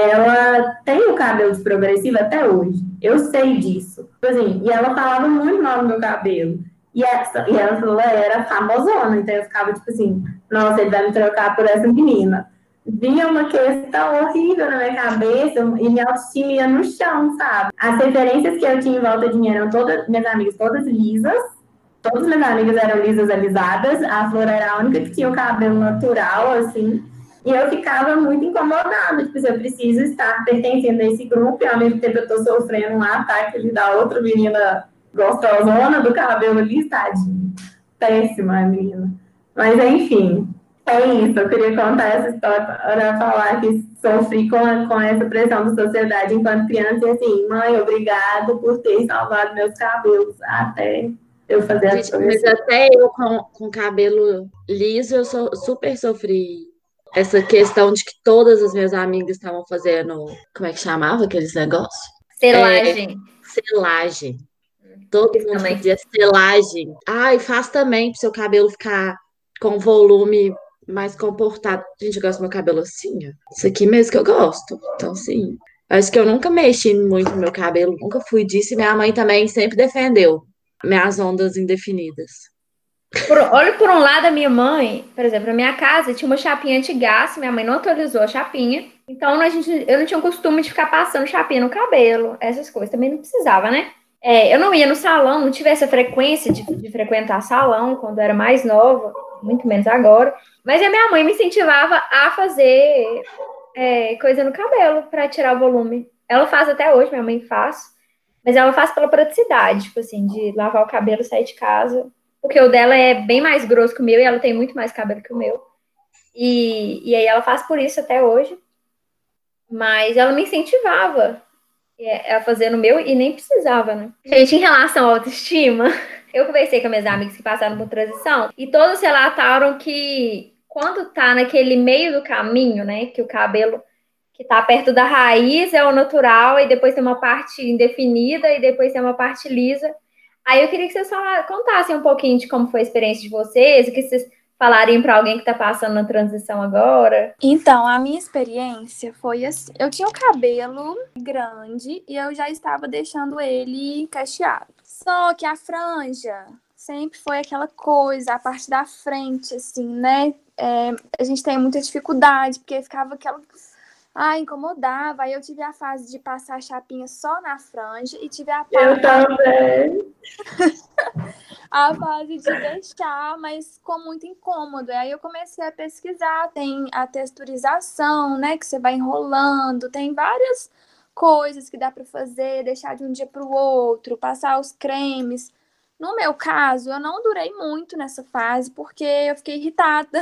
ela tem o cabelo desprogressivo até hoje. Eu sei disso. Tipo assim, e ela falava muito mal do meu cabelo. E ela era famosona, então eu ficava tipo assim, nossa, ele vai me trocar por essa menina. Vinha uma questão horrível na minha cabeça e minha autoestima ia no chão, sabe? As referências que eu tinha em volta de mim eram todas, minhas amigas todas lisas, todas minhas amigas eram lisas, alisadas, a Flor era a única que tinha o cabelo natural, assim, e eu ficava muito incomodada, tipo, eu preciso estar pertencendo a esse grupo e ao mesmo tempo eu tô sofrendo um ataque da outra menina gostosona do cabelo ali, tadinho. Péssima, menina. Mas, enfim, é isso. Eu queria contar essa história para falar que sofri com essa pressão da sociedade enquanto criança. E assim, mãe, obrigada por ter salvado meus cabelos até eu fazer as Gente, mas coisas. até eu com cabelo liso, eu super sofri essa questão de que todas as minhas amigas estavam fazendo, como é que chamava aqueles negócios? Selagem. Selagem. Todo Fiz mundo também. fazia selagem. Ai, faz também pro seu cabelo ficar com volume mais comportado. Gente, eu gosto do meu cabelo assim, ó. Isso aqui mesmo que eu gosto. Então, sim. Acho que eu nunca mexi muito no meu cabelo, nunca fui disso. E minha mãe também sempre defendeu minhas ondas indefinidas. Olha, por um lado, a minha mãe, por exemplo, na minha casa tinha uma chapinha antigaça, minha mãe não atualizou a chapinha, então eu não tinha o costume de ficar passando chapinha no cabelo, essas coisas, também não precisava, né? Eu não ia no salão, não tive essa frequência de frequentar salão quando eu era mais nova, muito menos agora, mas a minha mãe me incentivava a fazer coisa no cabelo para tirar o volume. Ela faz até hoje, minha mãe faz, mas ela faz pela praticidade, tipo assim, de lavar o cabelo e sair de casa. Porque o dela é bem mais grosso que o meu e ela tem muito mais cabelo que o meu. E aí ela faz por isso até hoje. Mas ela me incentivava a fazer no meu e nem precisava, né? Gente, em relação à autoestima, eu conversei com minhas amigas que passaram por transição e todas relataram que quando tá naquele meio do caminho, né, que o cabelo que tá perto da raiz é o natural e depois tem uma parte indefinida e depois tem uma parte lisa. Aí eu queria que vocês contassem um pouquinho de como foi a experiência de vocês, o que vocês falariam para alguém que está passando na transição agora. Então, a minha experiência foi assim. Eu tinha o cabelo grande e eu já estava deixando ele cacheado. Só que a franja sempre foi aquela coisa, a parte da frente, assim, né? A gente tem muita dificuldade, porque ficava aquela... incomodava. Aí eu tive a fase de passar a chapinha só na franja e tive a Eu também. a fase de deixar, mas ficou muito incômodo. Aí eu comecei a pesquisar, tem a texturização, né, que você vai enrolando, tem várias coisas que dá para fazer, deixar de um dia para o outro, passar os cremes. No meu caso, eu não durei muito nessa fase, porque eu fiquei irritada.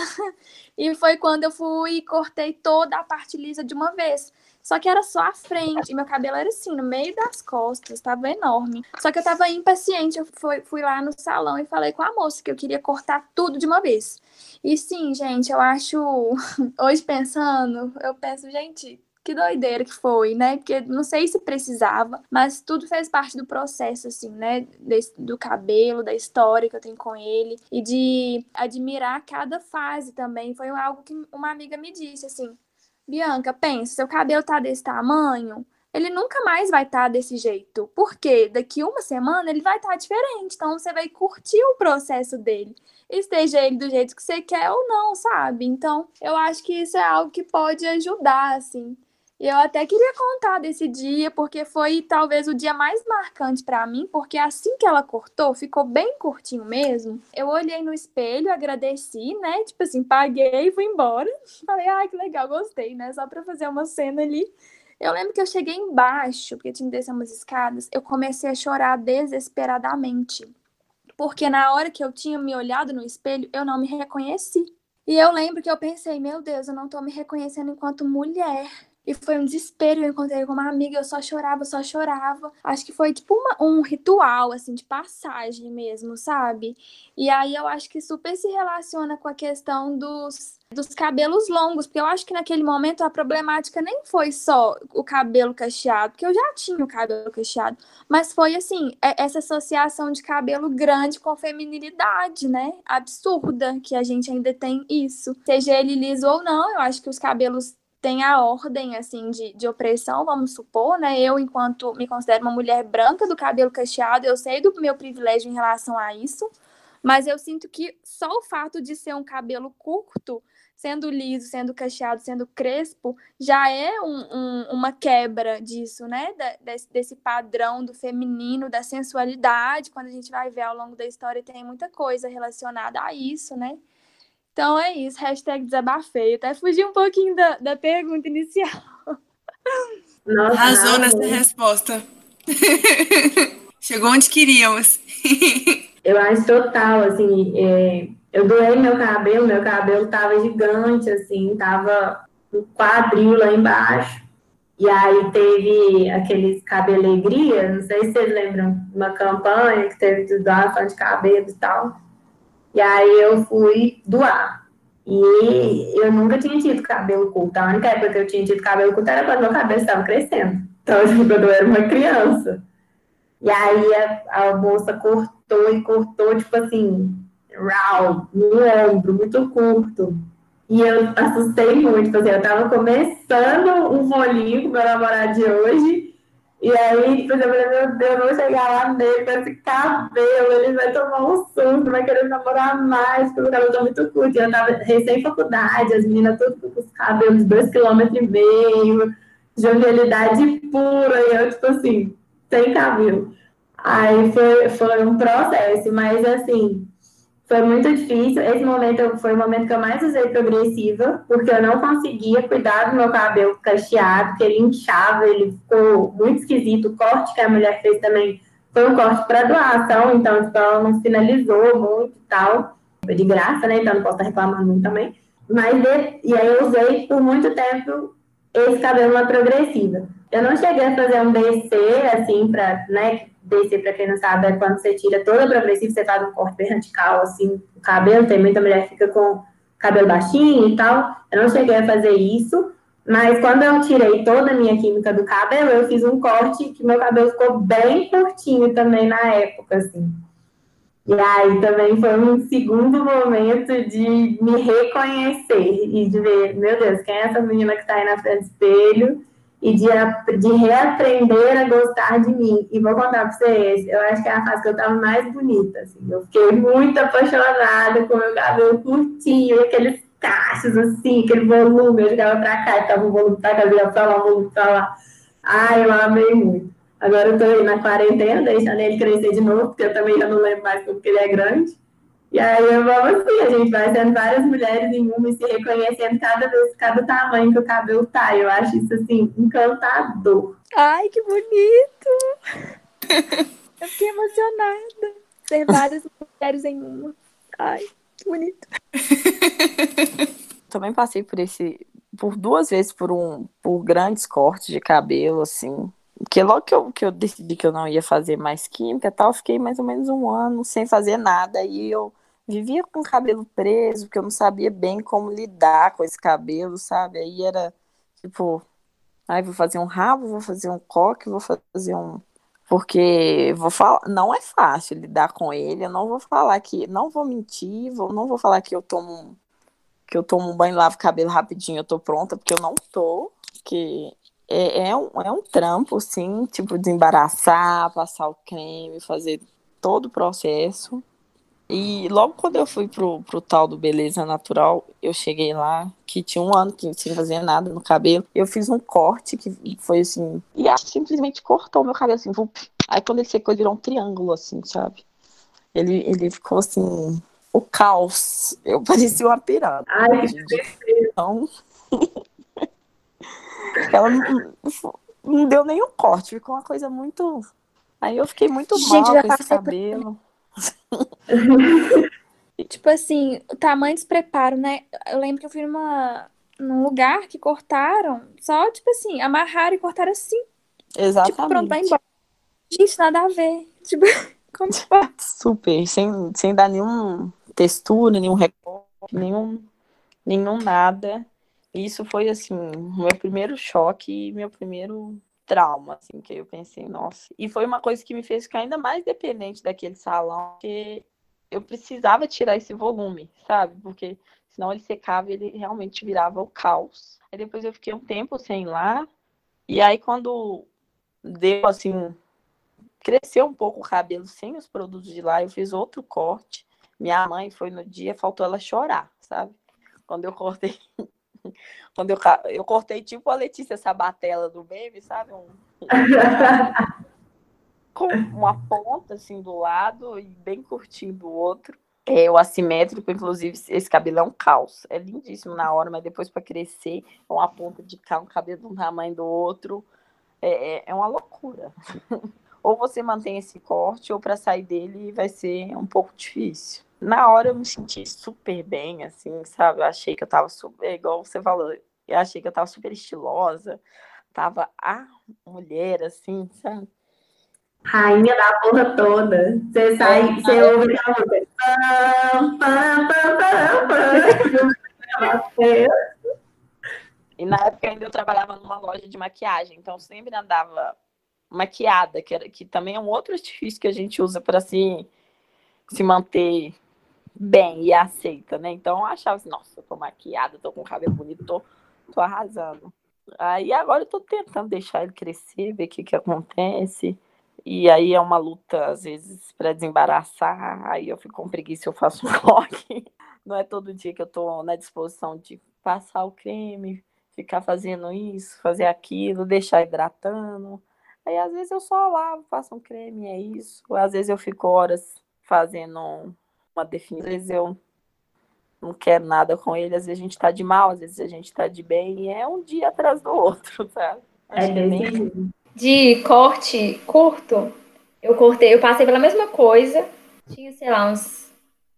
E foi quando eu fui e cortei toda a parte lisa de uma vez. Só que era só a frente, e meu cabelo era assim, no meio das costas, tava enorme. Só que eu tava impaciente, eu fui lá no salão e falei com a moça que eu queria cortar tudo de uma vez. E sim, gente, eu acho, hoje pensando, eu penso, gente, que doideira que foi, né? Porque não sei se precisava, mas tudo fez parte do processo, assim, né? Do cabelo, da história que eu tenho com ele e de admirar cada fase também. Foi algo que uma amiga me disse, assim, Bianca, pensa, seu cabelo tá desse tamanho, ele nunca mais vai estar desse jeito. Porque daqui uma semana ele vai estar diferente. Então você vai curtir o processo dele. Esteja ele do jeito que você quer ou não, sabe? Então eu acho que isso é algo que pode ajudar, assim. E eu até queria contar desse dia, porque foi talvez o dia mais marcante pra mim, porque assim que ela cortou, ficou bem curtinho mesmo. Eu olhei no espelho, agradeci, né? Tipo assim, paguei e fui embora. Falei, ai, que legal, gostei, né? Só pra fazer uma cena ali. Eu lembro que eu cheguei embaixo, porque tinha que descer umas escadas, eu comecei a chorar desesperadamente. Porque na hora que eu tinha me olhado no espelho, eu não me reconheci. E eu lembro que eu pensei, meu Deus, eu não tô me reconhecendo enquanto mulher. E foi um desespero, eu encontrei com uma amiga, eu só chorava, só chorava. Acho que foi tipo um ritual, assim, de passagem mesmo, sabe? E aí eu acho que super se relaciona com a questão dos cabelos longos, porque eu acho que naquele momento a problemática nem foi só o cabelo cacheado, porque eu já tinha o cabelo cacheado, mas foi, assim, essa associação de cabelo grande com feminilidade, né? Absurda que a gente ainda tem isso. Seja ele liso ou não, eu acho que os cabelos tem a ordem, assim, de opressão, vamos supor, né? Eu, enquanto me considero uma mulher branca do cabelo cacheado, eu sei do meu privilégio em relação a isso, mas eu sinto que só o fato de ser um cabelo curto, sendo liso, sendo cacheado, sendo crespo, já é uma quebra disso, né? Desse padrão do feminino, da sensualidade. Quando a gente vai ver ao longo da história, tem muita coisa relacionada a isso, né? Então é isso, hashtag desabafei. Até fugi um pouquinho da pergunta inicial. Nossa, Arrasou nessa arrasou. resposta. Chegou onde queríamos. Eu acho total, assim, eu doei meu cabelo tava gigante, assim, tava um quadril lá embaixo. E aí teve aqueles cabelegria, não sei se vocês lembram, uma campanha que teve de doação de cabelo e tal. E aí eu fui doar. E eu nunca tinha tido cabelo curto. A única época que eu tinha tido cabelo curto era quando meu cabelo estava crescendo. Então, tipo, quando eu era uma criança. E aí a moça cortou e cortou, tipo assim, rau, no ombro, muito curto. E eu assustei muito, tipo assim, eu tava começando um rolinho com meu namorado de hoje, e aí, tipo, eu falei, meu Deus, eu vou chegar lá nele com esse cabelo, ele vai tomar um susto, vai querer namorar mais, porque o cabelo tá muito curto. E eu tava recém-faculdade, as meninas tudo com os cabelos de 2,5 km, jovialidade pura, e eu, tipo assim, sem cabelo. Aí foi um processo, mas assim, foi muito difícil. Esse momento foi o momento que eu mais usei progressiva, porque eu não conseguia cuidar do meu cabelo cacheado, porque ele inchava, ele ficou muito esquisito. O corte que a mulher fez também foi um corte para doação, então tipo, ela não finalizou muito e tal. Foi de graça, né? Então não posso estar reclamando muito também. E aí eu usei por muito tempo esse cabelo na progressiva. Eu não cheguei a fazer um DC, assim, para, né, DC, para quem não sabe, é quando você tira toda a progressiva, você faz um corte vertical, assim, o cabelo, tem muita mulher que fica com cabelo baixinho e tal. Eu não cheguei a fazer isso, mas quando eu tirei toda a minha química do cabelo, eu fiz um corte que meu cabelo ficou bem curtinho também na época, assim. E aí também foi um segundo momento de me reconhecer e de ver, meu Deus, quem é essa menina que está aí na frente do espelho? E de reaprender a gostar de mim. E vou contar para vocês, eu acho que é a fase que eu estava mais bonita. Assim. Eu fiquei muito apaixonada com o meu cabelo curtinho, aqueles cachos assim, aquele volume. Eu jogava para cá, estava um volume para cá, jogava para lá, um volume para lá. Ai, eu amei muito. Agora eu tô aí na quarentena, deixando ele crescer de novo, porque eu também já não lembro mais como que ele é grande. E aí eu vou assim, a gente vai sendo várias mulheres em uma e se reconhecendo cada vez, cada tamanho que o cabelo tá. Eu acho isso, assim, encantador. Ai, que bonito! Eu fiquei emocionada. ser várias mulheres em uma. Ai, que bonito. Também passei por 2 vezes por grandes cortes de cabelo, assim. Porque logo que eu decidi que eu não ia fazer mais química e tal, eu fiquei mais ou menos 1 ano sem fazer nada. E eu vivia com o cabelo preso, porque eu não sabia bem como lidar com esse cabelo, sabe? Aí era tipo, vou fazer um rabo, vou fazer um coque, vou fazer um. Porque vou falar, não é fácil lidar com ele. Eu não vou falar não vou mentir, não vou falar que eu tomo um banho e lavo o cabelo rapidinho, eu tô pronta, porque eu não tô, que é um trampo, assim, tipo, desembaraçar, passar o creme, fazer todo o processo. E logo quando eu fui pro tal do Beleza Natural, eu cheguei lá, que tinha 1 ano que sem fazer nada no cabelo, eu fiz um corte que foi assim, e simplesmente cortou meu cabelo assim, vup. Aí quando ele secou, ele virou um triângulo, assim, sabe? Ele ficou assim, o caos. Eu parecia uma pirâmide. Ai, Então, ela não deu nenhum corte, ficou uma coisa muito. Aí eu fiquei muito Gente, mal já com esse passei cabelo. tipo assim, o tamanho de despreparo, né? Eu lembro que eu fui num lugar que cortaram, só, tipo assim, amarraram e cortaram assim. Tipo, pronto, vai Exatamente. embora. Gente, nada a ver. Tipo, como pode? Super, sem dar nenhum textura, nenhum recorte, nenhum nada. Isso foi, assim, meu primeiro choque e meu primeiro trauma, assim, que eu pensei, nossa. E foi uma coisa que me fez ficar ainda mais dependente daquele salão, porque eu precisava tirar esse volume, sabe? Porque senão ele secava e ele realmente virava o caos. Aí depois eu fiquei um tempo sem ir lá, e aí quando deu, assim, cresceu um pouco o cabelo sem os produtos de lá, eu fiz outro corte. Minha mãe foi no dia, faltou ela chorar, sabe? Quando eu cortei, eu cortei tipo a Letícia Sabatella do meme, sabe? Com uma ponta assim do lado e bem curtinho do outro. O assimétrico, inclusive, esse cabelo é um caos. É lindíssimo na hora, mas depois para crescer, uma ponta de cá, um cabelo de um tamanho do outro. É uma loucura. Ou você mantém esse corte, ou para sair dele vai ser um pouco difícil. Na hora eu me senti super bem, assim, sabe? Eu achei que eu tava super, igual você falou, eu achei que eu tava super estilosa, tava a mulher, assim, sabe? rainha da porra toda. Você sai, você ouve aquela música. Pam, pam, pam, pam, pam. E na época ainda eu trabalhava numa loja de maquiagem, então eu sempre andava maquiada, que também é um outro artifício que a gente usa para se manter bem e aceita, né? Então eu achava assim, nossa, eu tô maquiada, tô com o cabelo bonito, tô arrasando. Aí agora eu tô tentando deixar ele crescer, ver o que acontece. E aí é uma luta, às vezes, para desembaraçar. Aí eu fico com preguiça, eu faço um coque. Não é todo dia que eu tô na disposição de passar o creme, ficar fazendo isso, fazer aquilo, deixar hidratando. Aí às vezes eu só lavo, passo um creme, é isso. Às vezes eu fico horas fazendo uma definição. Às vezes eu não quero nada com ele, às vezes a gente tá de mal, às vezes a gente tá de bem, e é um dia atrás do outro, sabe? É desse jeito. De corte curto, eu passei pela mesma coisa, tinha, sei lá, uns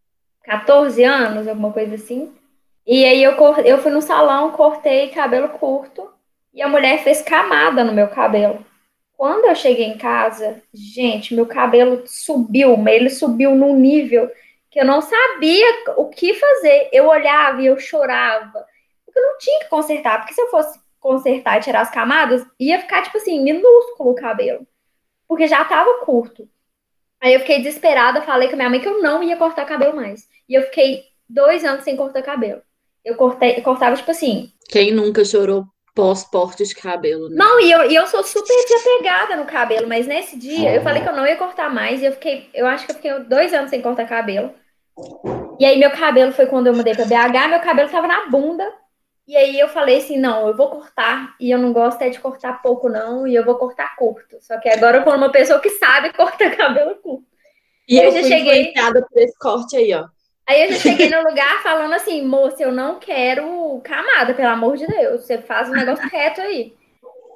14 anos, alguma coisa assim. E aí eu fui no salão, cortei cabelo curto, e a mulher fez camada no meu cabelo. Quando eu cheguei em casa, gente, meu cabelo subiu, mas ele subiu num nível que eu não sabia o que fazer. Eu olhava e eu chorava. Porque eu não tinha que consertar, porque se eu fosse consertar e tirar as camadas, ia ficar, tipo assim, minúsculo o cabelo. Porque já tava curto. Aí eu fiquei desesperada, falei com a minha mãe que eu não ia cortar cabelo mais. E eu fiquei 2 anos sem cortar cabelo. Eu cortava, tipo assim. Quem nunca chorou pós-porte de cabelo, né? Não, e eu sou super desapegada no cabelo, mas nesse dia eu falei que eu não ia cortar mais. E eu acho que eu fiquei 2 anos sem cortar cabelo. E aí meu cabelo foi quando eu mudei pra BH, meu cabelo tava na bunda. E aí eu falei assim, não, eu vou cortar, e eu não gosto de cortar pouco, não, e eu vou cortar curto. Só que agora eu vou numa pessoa que sabe cortar cabelo curto. E eu fui influenciada por esse corte aí, ó. Aí eu já cheguei no lugar falando assim, moça, eu não quero camada, pelo amor de Deus. Você faz um negócio reto aí.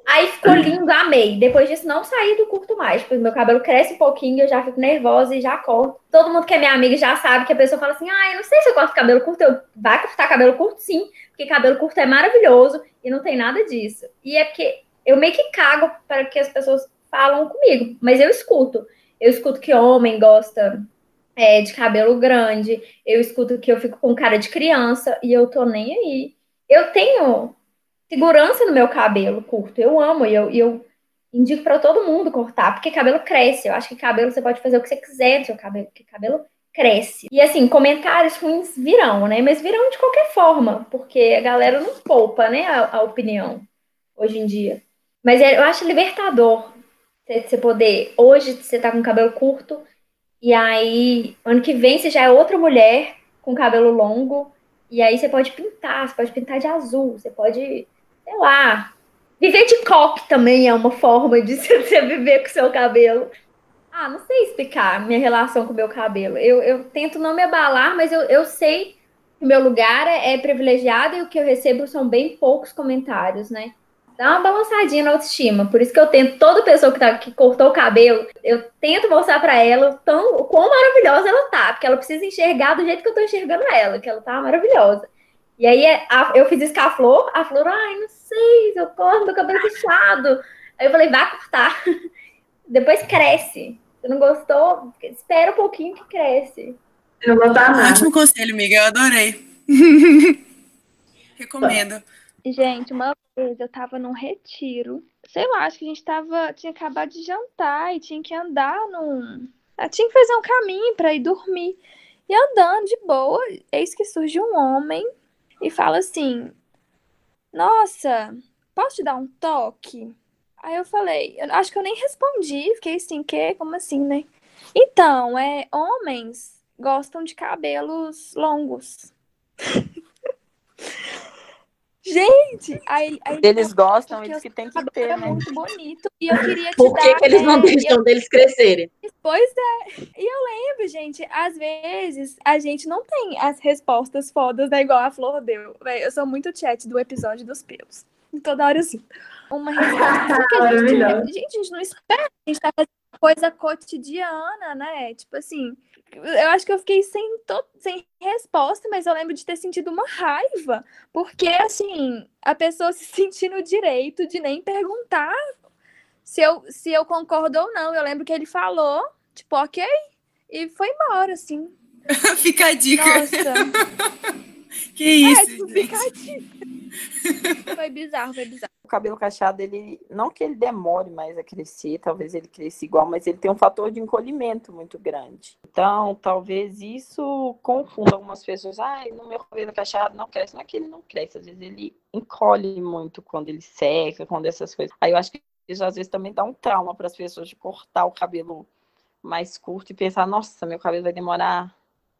Aí ficou lindo, amei. Depois disso, não saí do curto mais. Tipo, meu cabelo cresce um pouquinho, eu já fico nervosa e já corto. Todo mundo que é minha amiga já sabe que a pessoa fala assim, eu não sei se eu corto cabelo curto. Eu, vai cortar cabelo curto sim, porque cabelo curto é maravilhoso e não tem nada disso. E é porque eu meio que cago para que as pessoas falam comigo, mas eu escuto. Eu escuto que homem gosta de cabelo grande, eu escuto que eu fico com cara de criança e eu tô nem aí. Eu tenho segurança no meu cabelo curto. Eu amo e eu indico para todo mundo cortar, porque cabelo cresce. Eu acho que cabelo você pode fazer o que você quiser no seu cabelo, porque cabelo cresce. E assim, comentários ruins virão, né? Mas virão de qualquer forma, porque a galera não poupa, né, a opinião hoje em dia. Mas eu acho libertador você poder. Hoje você tá com cabelo curto, e aí ano que vem você já é outra mulher com cabelo longo. E aí você pode pintar de azul, você pode, sei lá, viver de coque também é uma forma de você viver com o seu cabelo. Não sei explicar minha relação com o meu cabelo. Eu tento não me abalar, mas eu sei que o meu lugar é privilegiado e o que eu recebo são bem poucos comentários, né? Dá uma balançadinha na autoestima. Por isso que eu tento, toda pessoa que cortou o cabelo, eu tento mostrar pra ela o quão maravilhosa ela tá, porque ela precisa enxergar do jeito que eu tô enxergando ela, que ela tá maravilhosa. E aí eu fiz isso com a Flor não sei, eu corto meu cabelo fechado. Aí eu falei, vai cortar. Depois cresce. Se não gostou, espera um pouquinho que cresce. Eu vou dar nada. Ótimo conselho, amiga, eu adorei. Recomendo. Gente, uma vez eu tava num retiro. Sei lá, acho que a gente tinha acabado de jantar e tinha que andar tinha que fazer um caminho pra ir dormir. E andando de boa, eis que surge um homem e fala assim: Nossa, posso te dar um toque? Aí eu falei, eu acho que eu nem respondi, fiquei assim, como assim, né? Então, homens gostam de cabelos longos. Gente, aí Eles gostam, porque eles que tem que cabelo ter, é né? muito bonito e eu queria te Por que dar. que eles não deixam deles crescerem? Pois é. E eu lembro, gente, às vezes a gente não tem as respostas fodas, né? Igual a Flor deu. Véi, eu sou muito chat do episódio dos pelos. Toda hora assim. Uma resposta. Porque a gente não espera, a gente tá fazendo coisa cotidiana, né? Tipo assim, eu acho que eu fiquei sem resposta, mas eu lembro de ter sentido uma raiva. Porque, assim, a pessoa se sentir no direito de nem perguntar se eu concordo ou não. Eu lembro que ele falou, tipo, ok, e foi embora, assim. Fica a dica. Nossa. Que isso, tipo, gente. fica a dica. Foi bizarro. O cabelo cacheado, ele não que ele demore mais a crescer, talvez ele cresça igual, mas ele tem um fator de encolhimento muito grande. Então, talvez isso confunda algumas pessoas. No meu cabelo cacheado não cresce. Não é que ele não cresce, às vezes ele encolhe muito quando ele seca, quando essas coisas. Aí eu acho que isso às vezes também dá um trauma para as pessoas de cortar o cabelo mais curto e pensar, nossa, meu cabelo vai demorar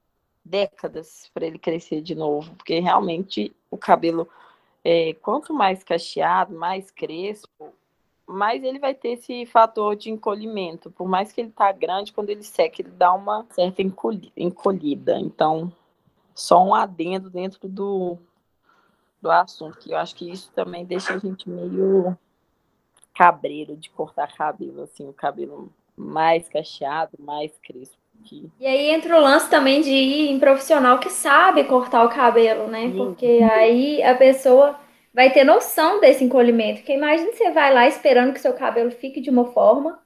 décadas para ele crescer de novo, porque realmente o cabelo, quanto mais cacheado, mais crespo, mais ele vai ter esse fator de encolhimento. Por mais que ele tá grande, quando ele seca, ele dá uma certa encolhida. Então, só um adendo dentro do assunto, que eu acho que isso também deixa a gente meio cabreiro de cortar cabelo, assim, o cabelo mais cacheado, mais crespo. E aí entra o lance também de ir em profissional que sabe cortar o cabelo, né? Porque aí a pessoa vai ter noção desse encolhimento. Porque imagina você vai lá esperando que seu cabelo fique de uma forma,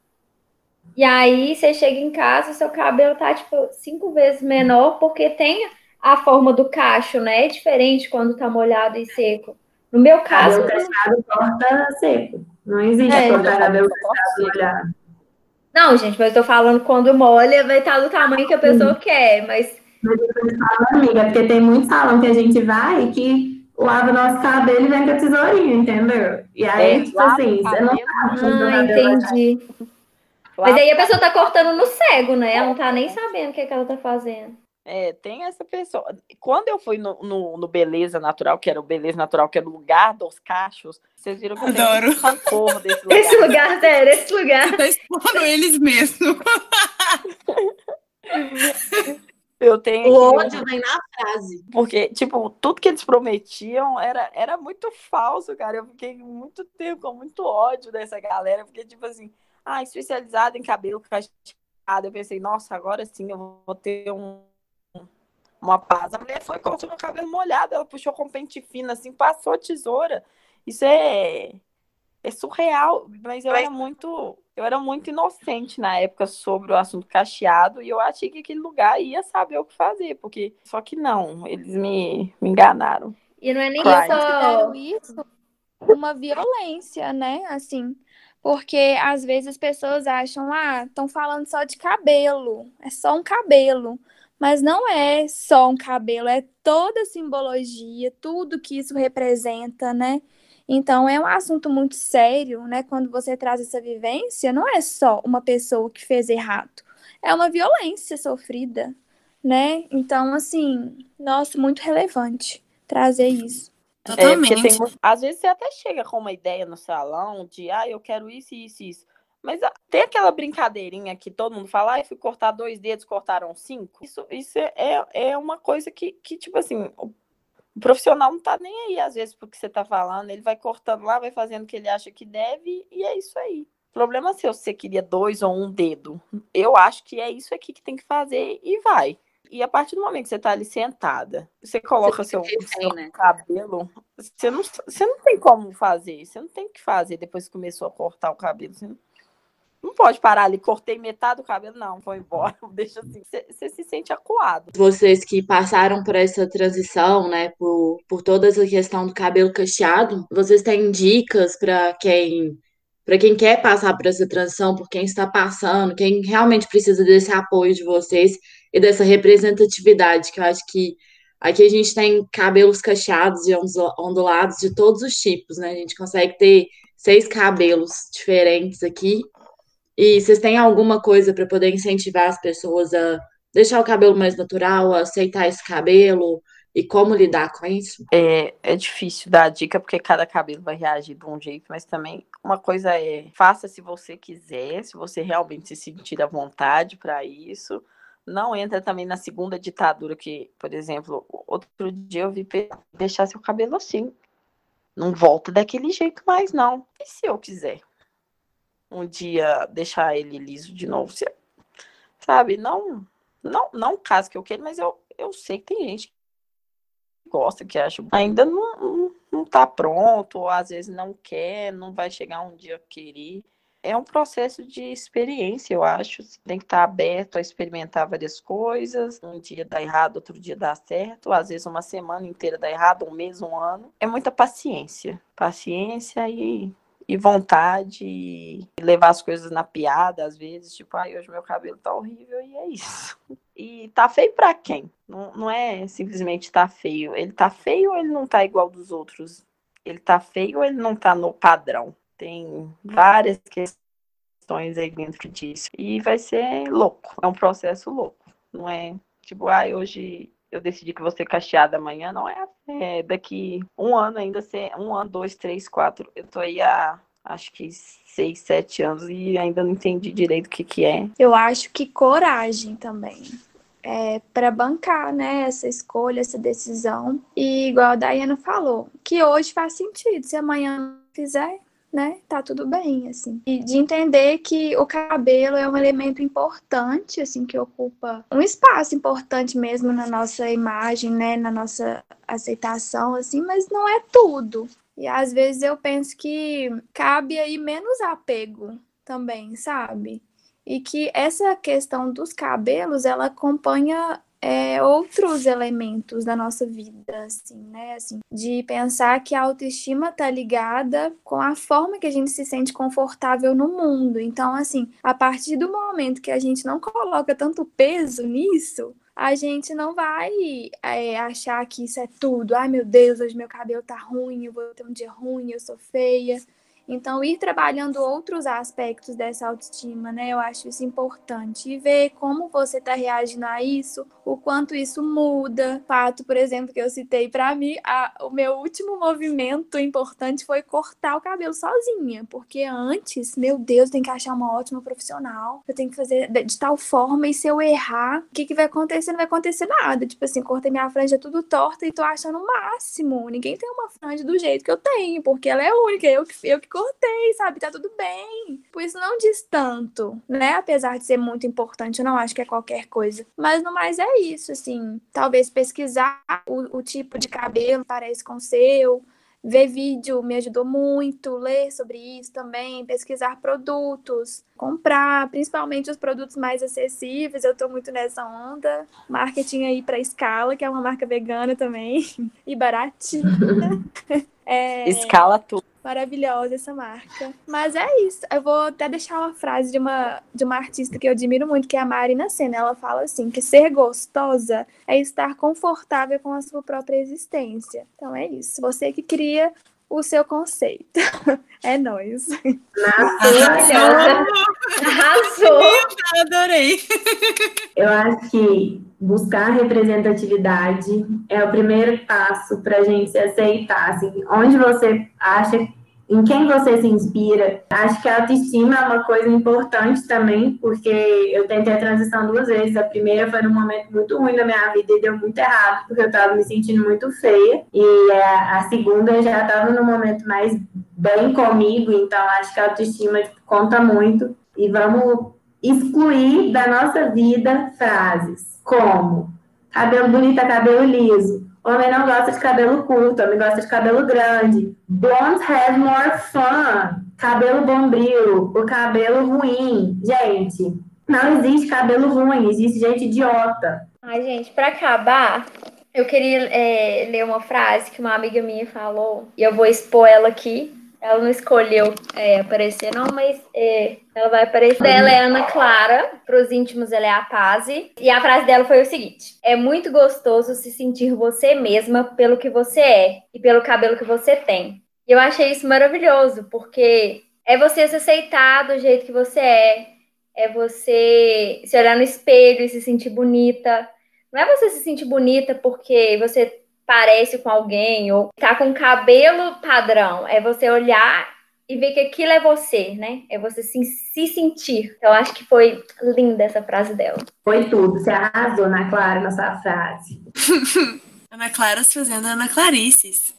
e aí você chega em casa, seu cabelo tá, tipo, 5 vezes menor, porque tem a forma do cacho, né? É diferente quando tá molhado e seco. No meu caso... Cabelo cacheado corta seco. Não existe cortar cabelo cacheado molhado. Não, gente, mas eu tô falando quando molha, vai estar do tamanho que a pessoa quer, mas eu tô te falando, amiga, porque tem muito salão que a gente vai que lava nosso cabelo e vem com a tesourinha, entendeu? E aí, tipo assim, você não sabe. Entendi. Mas aí a pessoa tá cortando no cego, né? Ela não tá nem sabendo o que ela tá fazendo. Tem essa pessoa. Quando eu fui no Beleza Natural, que era o Beleza Natural, que era o lugar dos cachos, vocês viram que eu tenho um rancor desse lugar. Esse lugar, sério, esse lugar. Você tá expondo eles mesmo. Eu tenho o ódio vem na frase. Porque, tipo, tudo que eles prometiam era muito falso, cara. Eu fiquei muito tempo com muito ódio dessa galera. Porque, tipo assim, especializada em cabelo cacheado. Eu pensei, nossa, agora sim eu vou ter uma paz. A mulher foi com o cabelo molhado, ela puxou com pente fino, assim, passou a tesoura. Isso é surreal, mas eu era muito inocente na época sobre o assunto cacheado e eu achei que aquele lugar ia saber o que fazer, porque só que não, eles me enganaram. E não é nem Eu só... considero isso uma violência, né? Assim, porque às vezes as pessoas acham, estão falando só de cabelo, é só um cabelo. Mas não é só um cabelo, é toda a simbologia, tudo que isso representa, né? Então é um assunto muito sério, né? Quando você traz essa vivência, não é só uma pessoa que fez errado, é uma violência sofrida, né? Então, assim, nossa, muito relevante trazer isso. Porque Totalmente. às vezes você até chega com uma ideia no salão de, eu quero isso, isso, isso. Mas tem aquela brincadeirinha que todo mundo fala, fui cortar 2 dedos, cortaram 5. Isso é uma coisa que, tipo assim, o profissional não tá nem aí, às vezes, porque você tá falando. Ele vai cortando lá, vai fazendo o que ele acha que deve, e é isso aí. O problema é se você queria 2 ou 1 dedo. Eu acho que é isso aqui que tem que fazer e vai. E a partir do momento que você tá ali sentada, você coloca seu cabelo, você não tem como fazer. Você não tem o que fazer depois que começou a cortar o cabelo. Você não pode parar ali, cortei metade do cabelo, não, vou embora, deixa assim. Você se sente acuado. Vocês que passaram por essa transição, né, por toda essa questão do cabelo cacheado, vocês têm dicas para quem quer passar por essa transição, por quem está passando, quem realmente precisa desse apoio de vocês e dessa representatividade, que eu acho que aqui a gente tem cabelos cacheados e ondulados de todos os tipos, né? A gente consegue ter 6 cabelos diferentes aqui. E vocês têm alguma coisa para poder incentivar as pessoas a deixar o cabelo mais natural, a aceitar esse cabelo e como lidar com isso? É difícil dar dica, porque cada cabelo vai reagir de um jeito, mas também uma coisa faça se você quiser, se você realmente se sentir à vontade para isso. Não entra também na segunda ditadura que, por exemplo, outro dia eu vi deixar seu cabelo assim. Não volta daquele jeito mais, não. E se eu quiser um dia deixar ele liso de novo? Sabe, não caso que eu queira, mas eu sei que tem gente que gosta, que acha ainda não tá pronto, ou às vezes não quer, não vai chegar um dia a querer. É um processo de experiência, eu acho. Você tem que estar aberto a experimentar várias coisas. Um dia dá errado, outro dia dá certo. Às vezes uma semana inteira dá errado, um mês, um ano. É muita paciência. Paciência e vontade, e levar as coisas na piada, às vezes. Tipo, hoje meu cabelo tá horrível e é isso. E tá feio pra quem? Não é simplesmente tá feio. Ele tá feio ou ele não tá igual dos outros? Ele tá feio ou ele não tá no padrão? Tem várias questões aí dentro disso. E vai ser louco. É um processo louco. Não é tipo, hoje eu decidi que vou ser cacheada amanhã. Não é daqui um ano ainda ser 1 ano, 2, 3, 4. Eu tô aí há acho que 6, 7 anos e ainda não entendi direito o que é. Eu acho que coragem também. Para bancar, né, essa escolha, essa decisão. E igual a Daiana falou, que hoje faz sentido. Se amanhã não fizer, né, tá tudo bem, assim. E de entender que o cabelo é um elemento importante, assim, que ocupa um espaço importante mesmo na nossa imagem, né, na nossa aceitação, assim, mas não é tudo. E às vezes eu penso que cabe aí menos apego também, sabe? E que essa questão dos cabelos, ela acompanha outros elementos da nossa vida, assim, né? Assim, de pensar que a autoestima tá ligada com a forma que a gente se sente confortável no mundo. Então, assim, a partir do momento que a gente não coloca tanto peso nisso, a gente não vai achar que isso é tudo. Ai, meu Deus, hoje meu cabelo tá ruim, eu vou ter um dia ruim, eu sou feia. Então, ir trabalhando outros aspectos dessa autoestima, né? Eu acho isso importante. E ver como você está reagindo a isso, o quanto isso muda. Fato, por exemplo, que eu citei, para mim, o meu último movimento importante foi cortar o cabelo sozinha. Porque antes, meu Deus, eu tenho que achar uma ótima profissional. Eu tenho que fazer de tal forma, e se eu errar, o que vai acontecer? Não vai acontecer nada. Tipo assim, cortei minha franja tudo torta e tô achando o máximo. Ninguém tem uma franja do jeito que eu tenho, porque ela é única. Eu que cortei, sabe? Tá tudo bem. Por isso não diz tanto, né? Apesar de ser muito importante, eu não acho que é qualquer coisa. Mas no mais é isso, assim. Talvez pesquisar o tipo de cabelo parece com o seu. Ver vídeo me ajudou muito, ler sobre isso também, pesquisar produtos, comprar, principalmente os produtos mais acessíveis. Eu tô muito nessa onda. Marketing aí pra Scala, que é uma marca vegana também, e baratinha. Escala tudo. Maravilhosa essa marca. Mas é isso. Eu vou até deixar uma frase de uma artista que eu admiro muito, que é a Marina Sena. Ela fala assim, que ser gostosa é estar confortável com a sua própria existência. Então é isso. Você que cria o seu conceito. É nóis. Arrasou! Adorei. Eu acho que buscar representatividade é o primeiro passo para a gente se aceitar. Assim, onde você acha, em quem você se inspira. Acho que a autoestima é uma coisa importante também, porque eu tentei a transição 2 vezes. A primeira foi num momento muito ruim da minha vida e deu muito errado, porque eu estava me sentindo muito feia. E a segunda eu já estava num momento mais bem comigo, então acho que a autoestima conta muito. E vamos excluir da nossa vida frases como cabelo bonito é cabelo liso, homem não gosta de cabelo curto, homem gosta de cabelo grande, blonde have more fun, cabelo bombril, o cabelo ruim. Gente, não existe cabelo ruim, existe gente idiota. Ai, gente, pra acabar, eu queria ler uma frase que uma amiga minha falou, e eu vou expor ela aqui. Ela não escolheu aparecer, não, mas ela vai aparecer. Ela é Ana Clara, pros íntimos ela é a Pazzi. E a frase dela foi o seguinte: é muito gostoso se sentir você mesma pelo que você é e pelo cabelo que você tem. E eu achei isso maravilhoso, porque é você se aceitar do jeito que você é você se olhar no espelho e se sentir bonita. Não é você se sentir bonita porque você parece com alguém ou tá com cabelo padrão, é você olhar e ver que aquilo é você, né? É você se sentir. Então, acho que foi linda essa frase dela. Foi tudo, você arrasou, Ana Clara, na sua frase. Ana Clara fazendo Ana Clarices.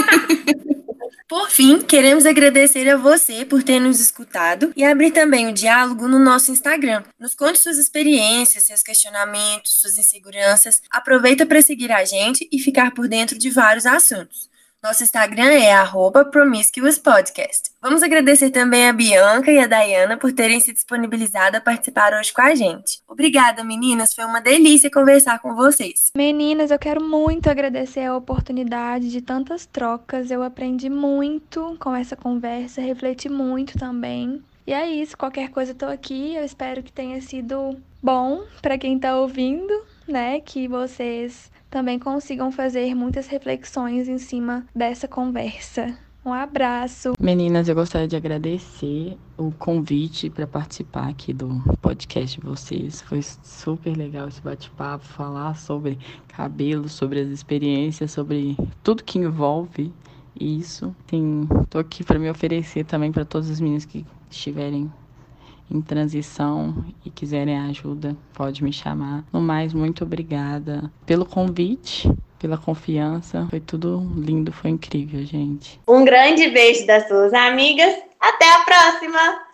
Por fim, queremos agradecer a você por ter nos escutado e abrir também o diálogo no nosso Instagram. Nos conte suas experiências, seus questionamentos, suas inseguranças. Aproveita para seguir a gente e ficar por dentro de vários assuntos. Nosso Instagram é @promiscuouspodcast. Vamos agradecer também a Bianca e a Dayana por terem se disponibilizado a participar hoje com a gente. Obrigada, meninas. Foi uma delícia conversar com vocês. Meninas, eu quero muito agradecer a oportunidade de tantas trocas. Eu aprendi muito com essa conversa, refleti muito também. E é isso, qualquer coisa eu tô aqui. Eu espero que tenha sido bom para quem tá ouvindo, né? Que vocês também consigam fazer muitas reflexões em cima dessa conversa. Um abraço. Meninas, eu gostaria de agradecer o convite para participar aqui do podcast de vocês. Foi super legal esse bate-papo, falar sobre cabelo, sobre as experiências, sobre tudo que envolve isso. Tô aqui para me oferecer também para todas as meninas que estiverem em transição e quiserem ajuda, pode me chamar. No mais, muito obrigada pelo convite, pela confiança. Foi tudo lindo, foi incrível, gente. Um grande beijo das suas amigas. Até a próxima!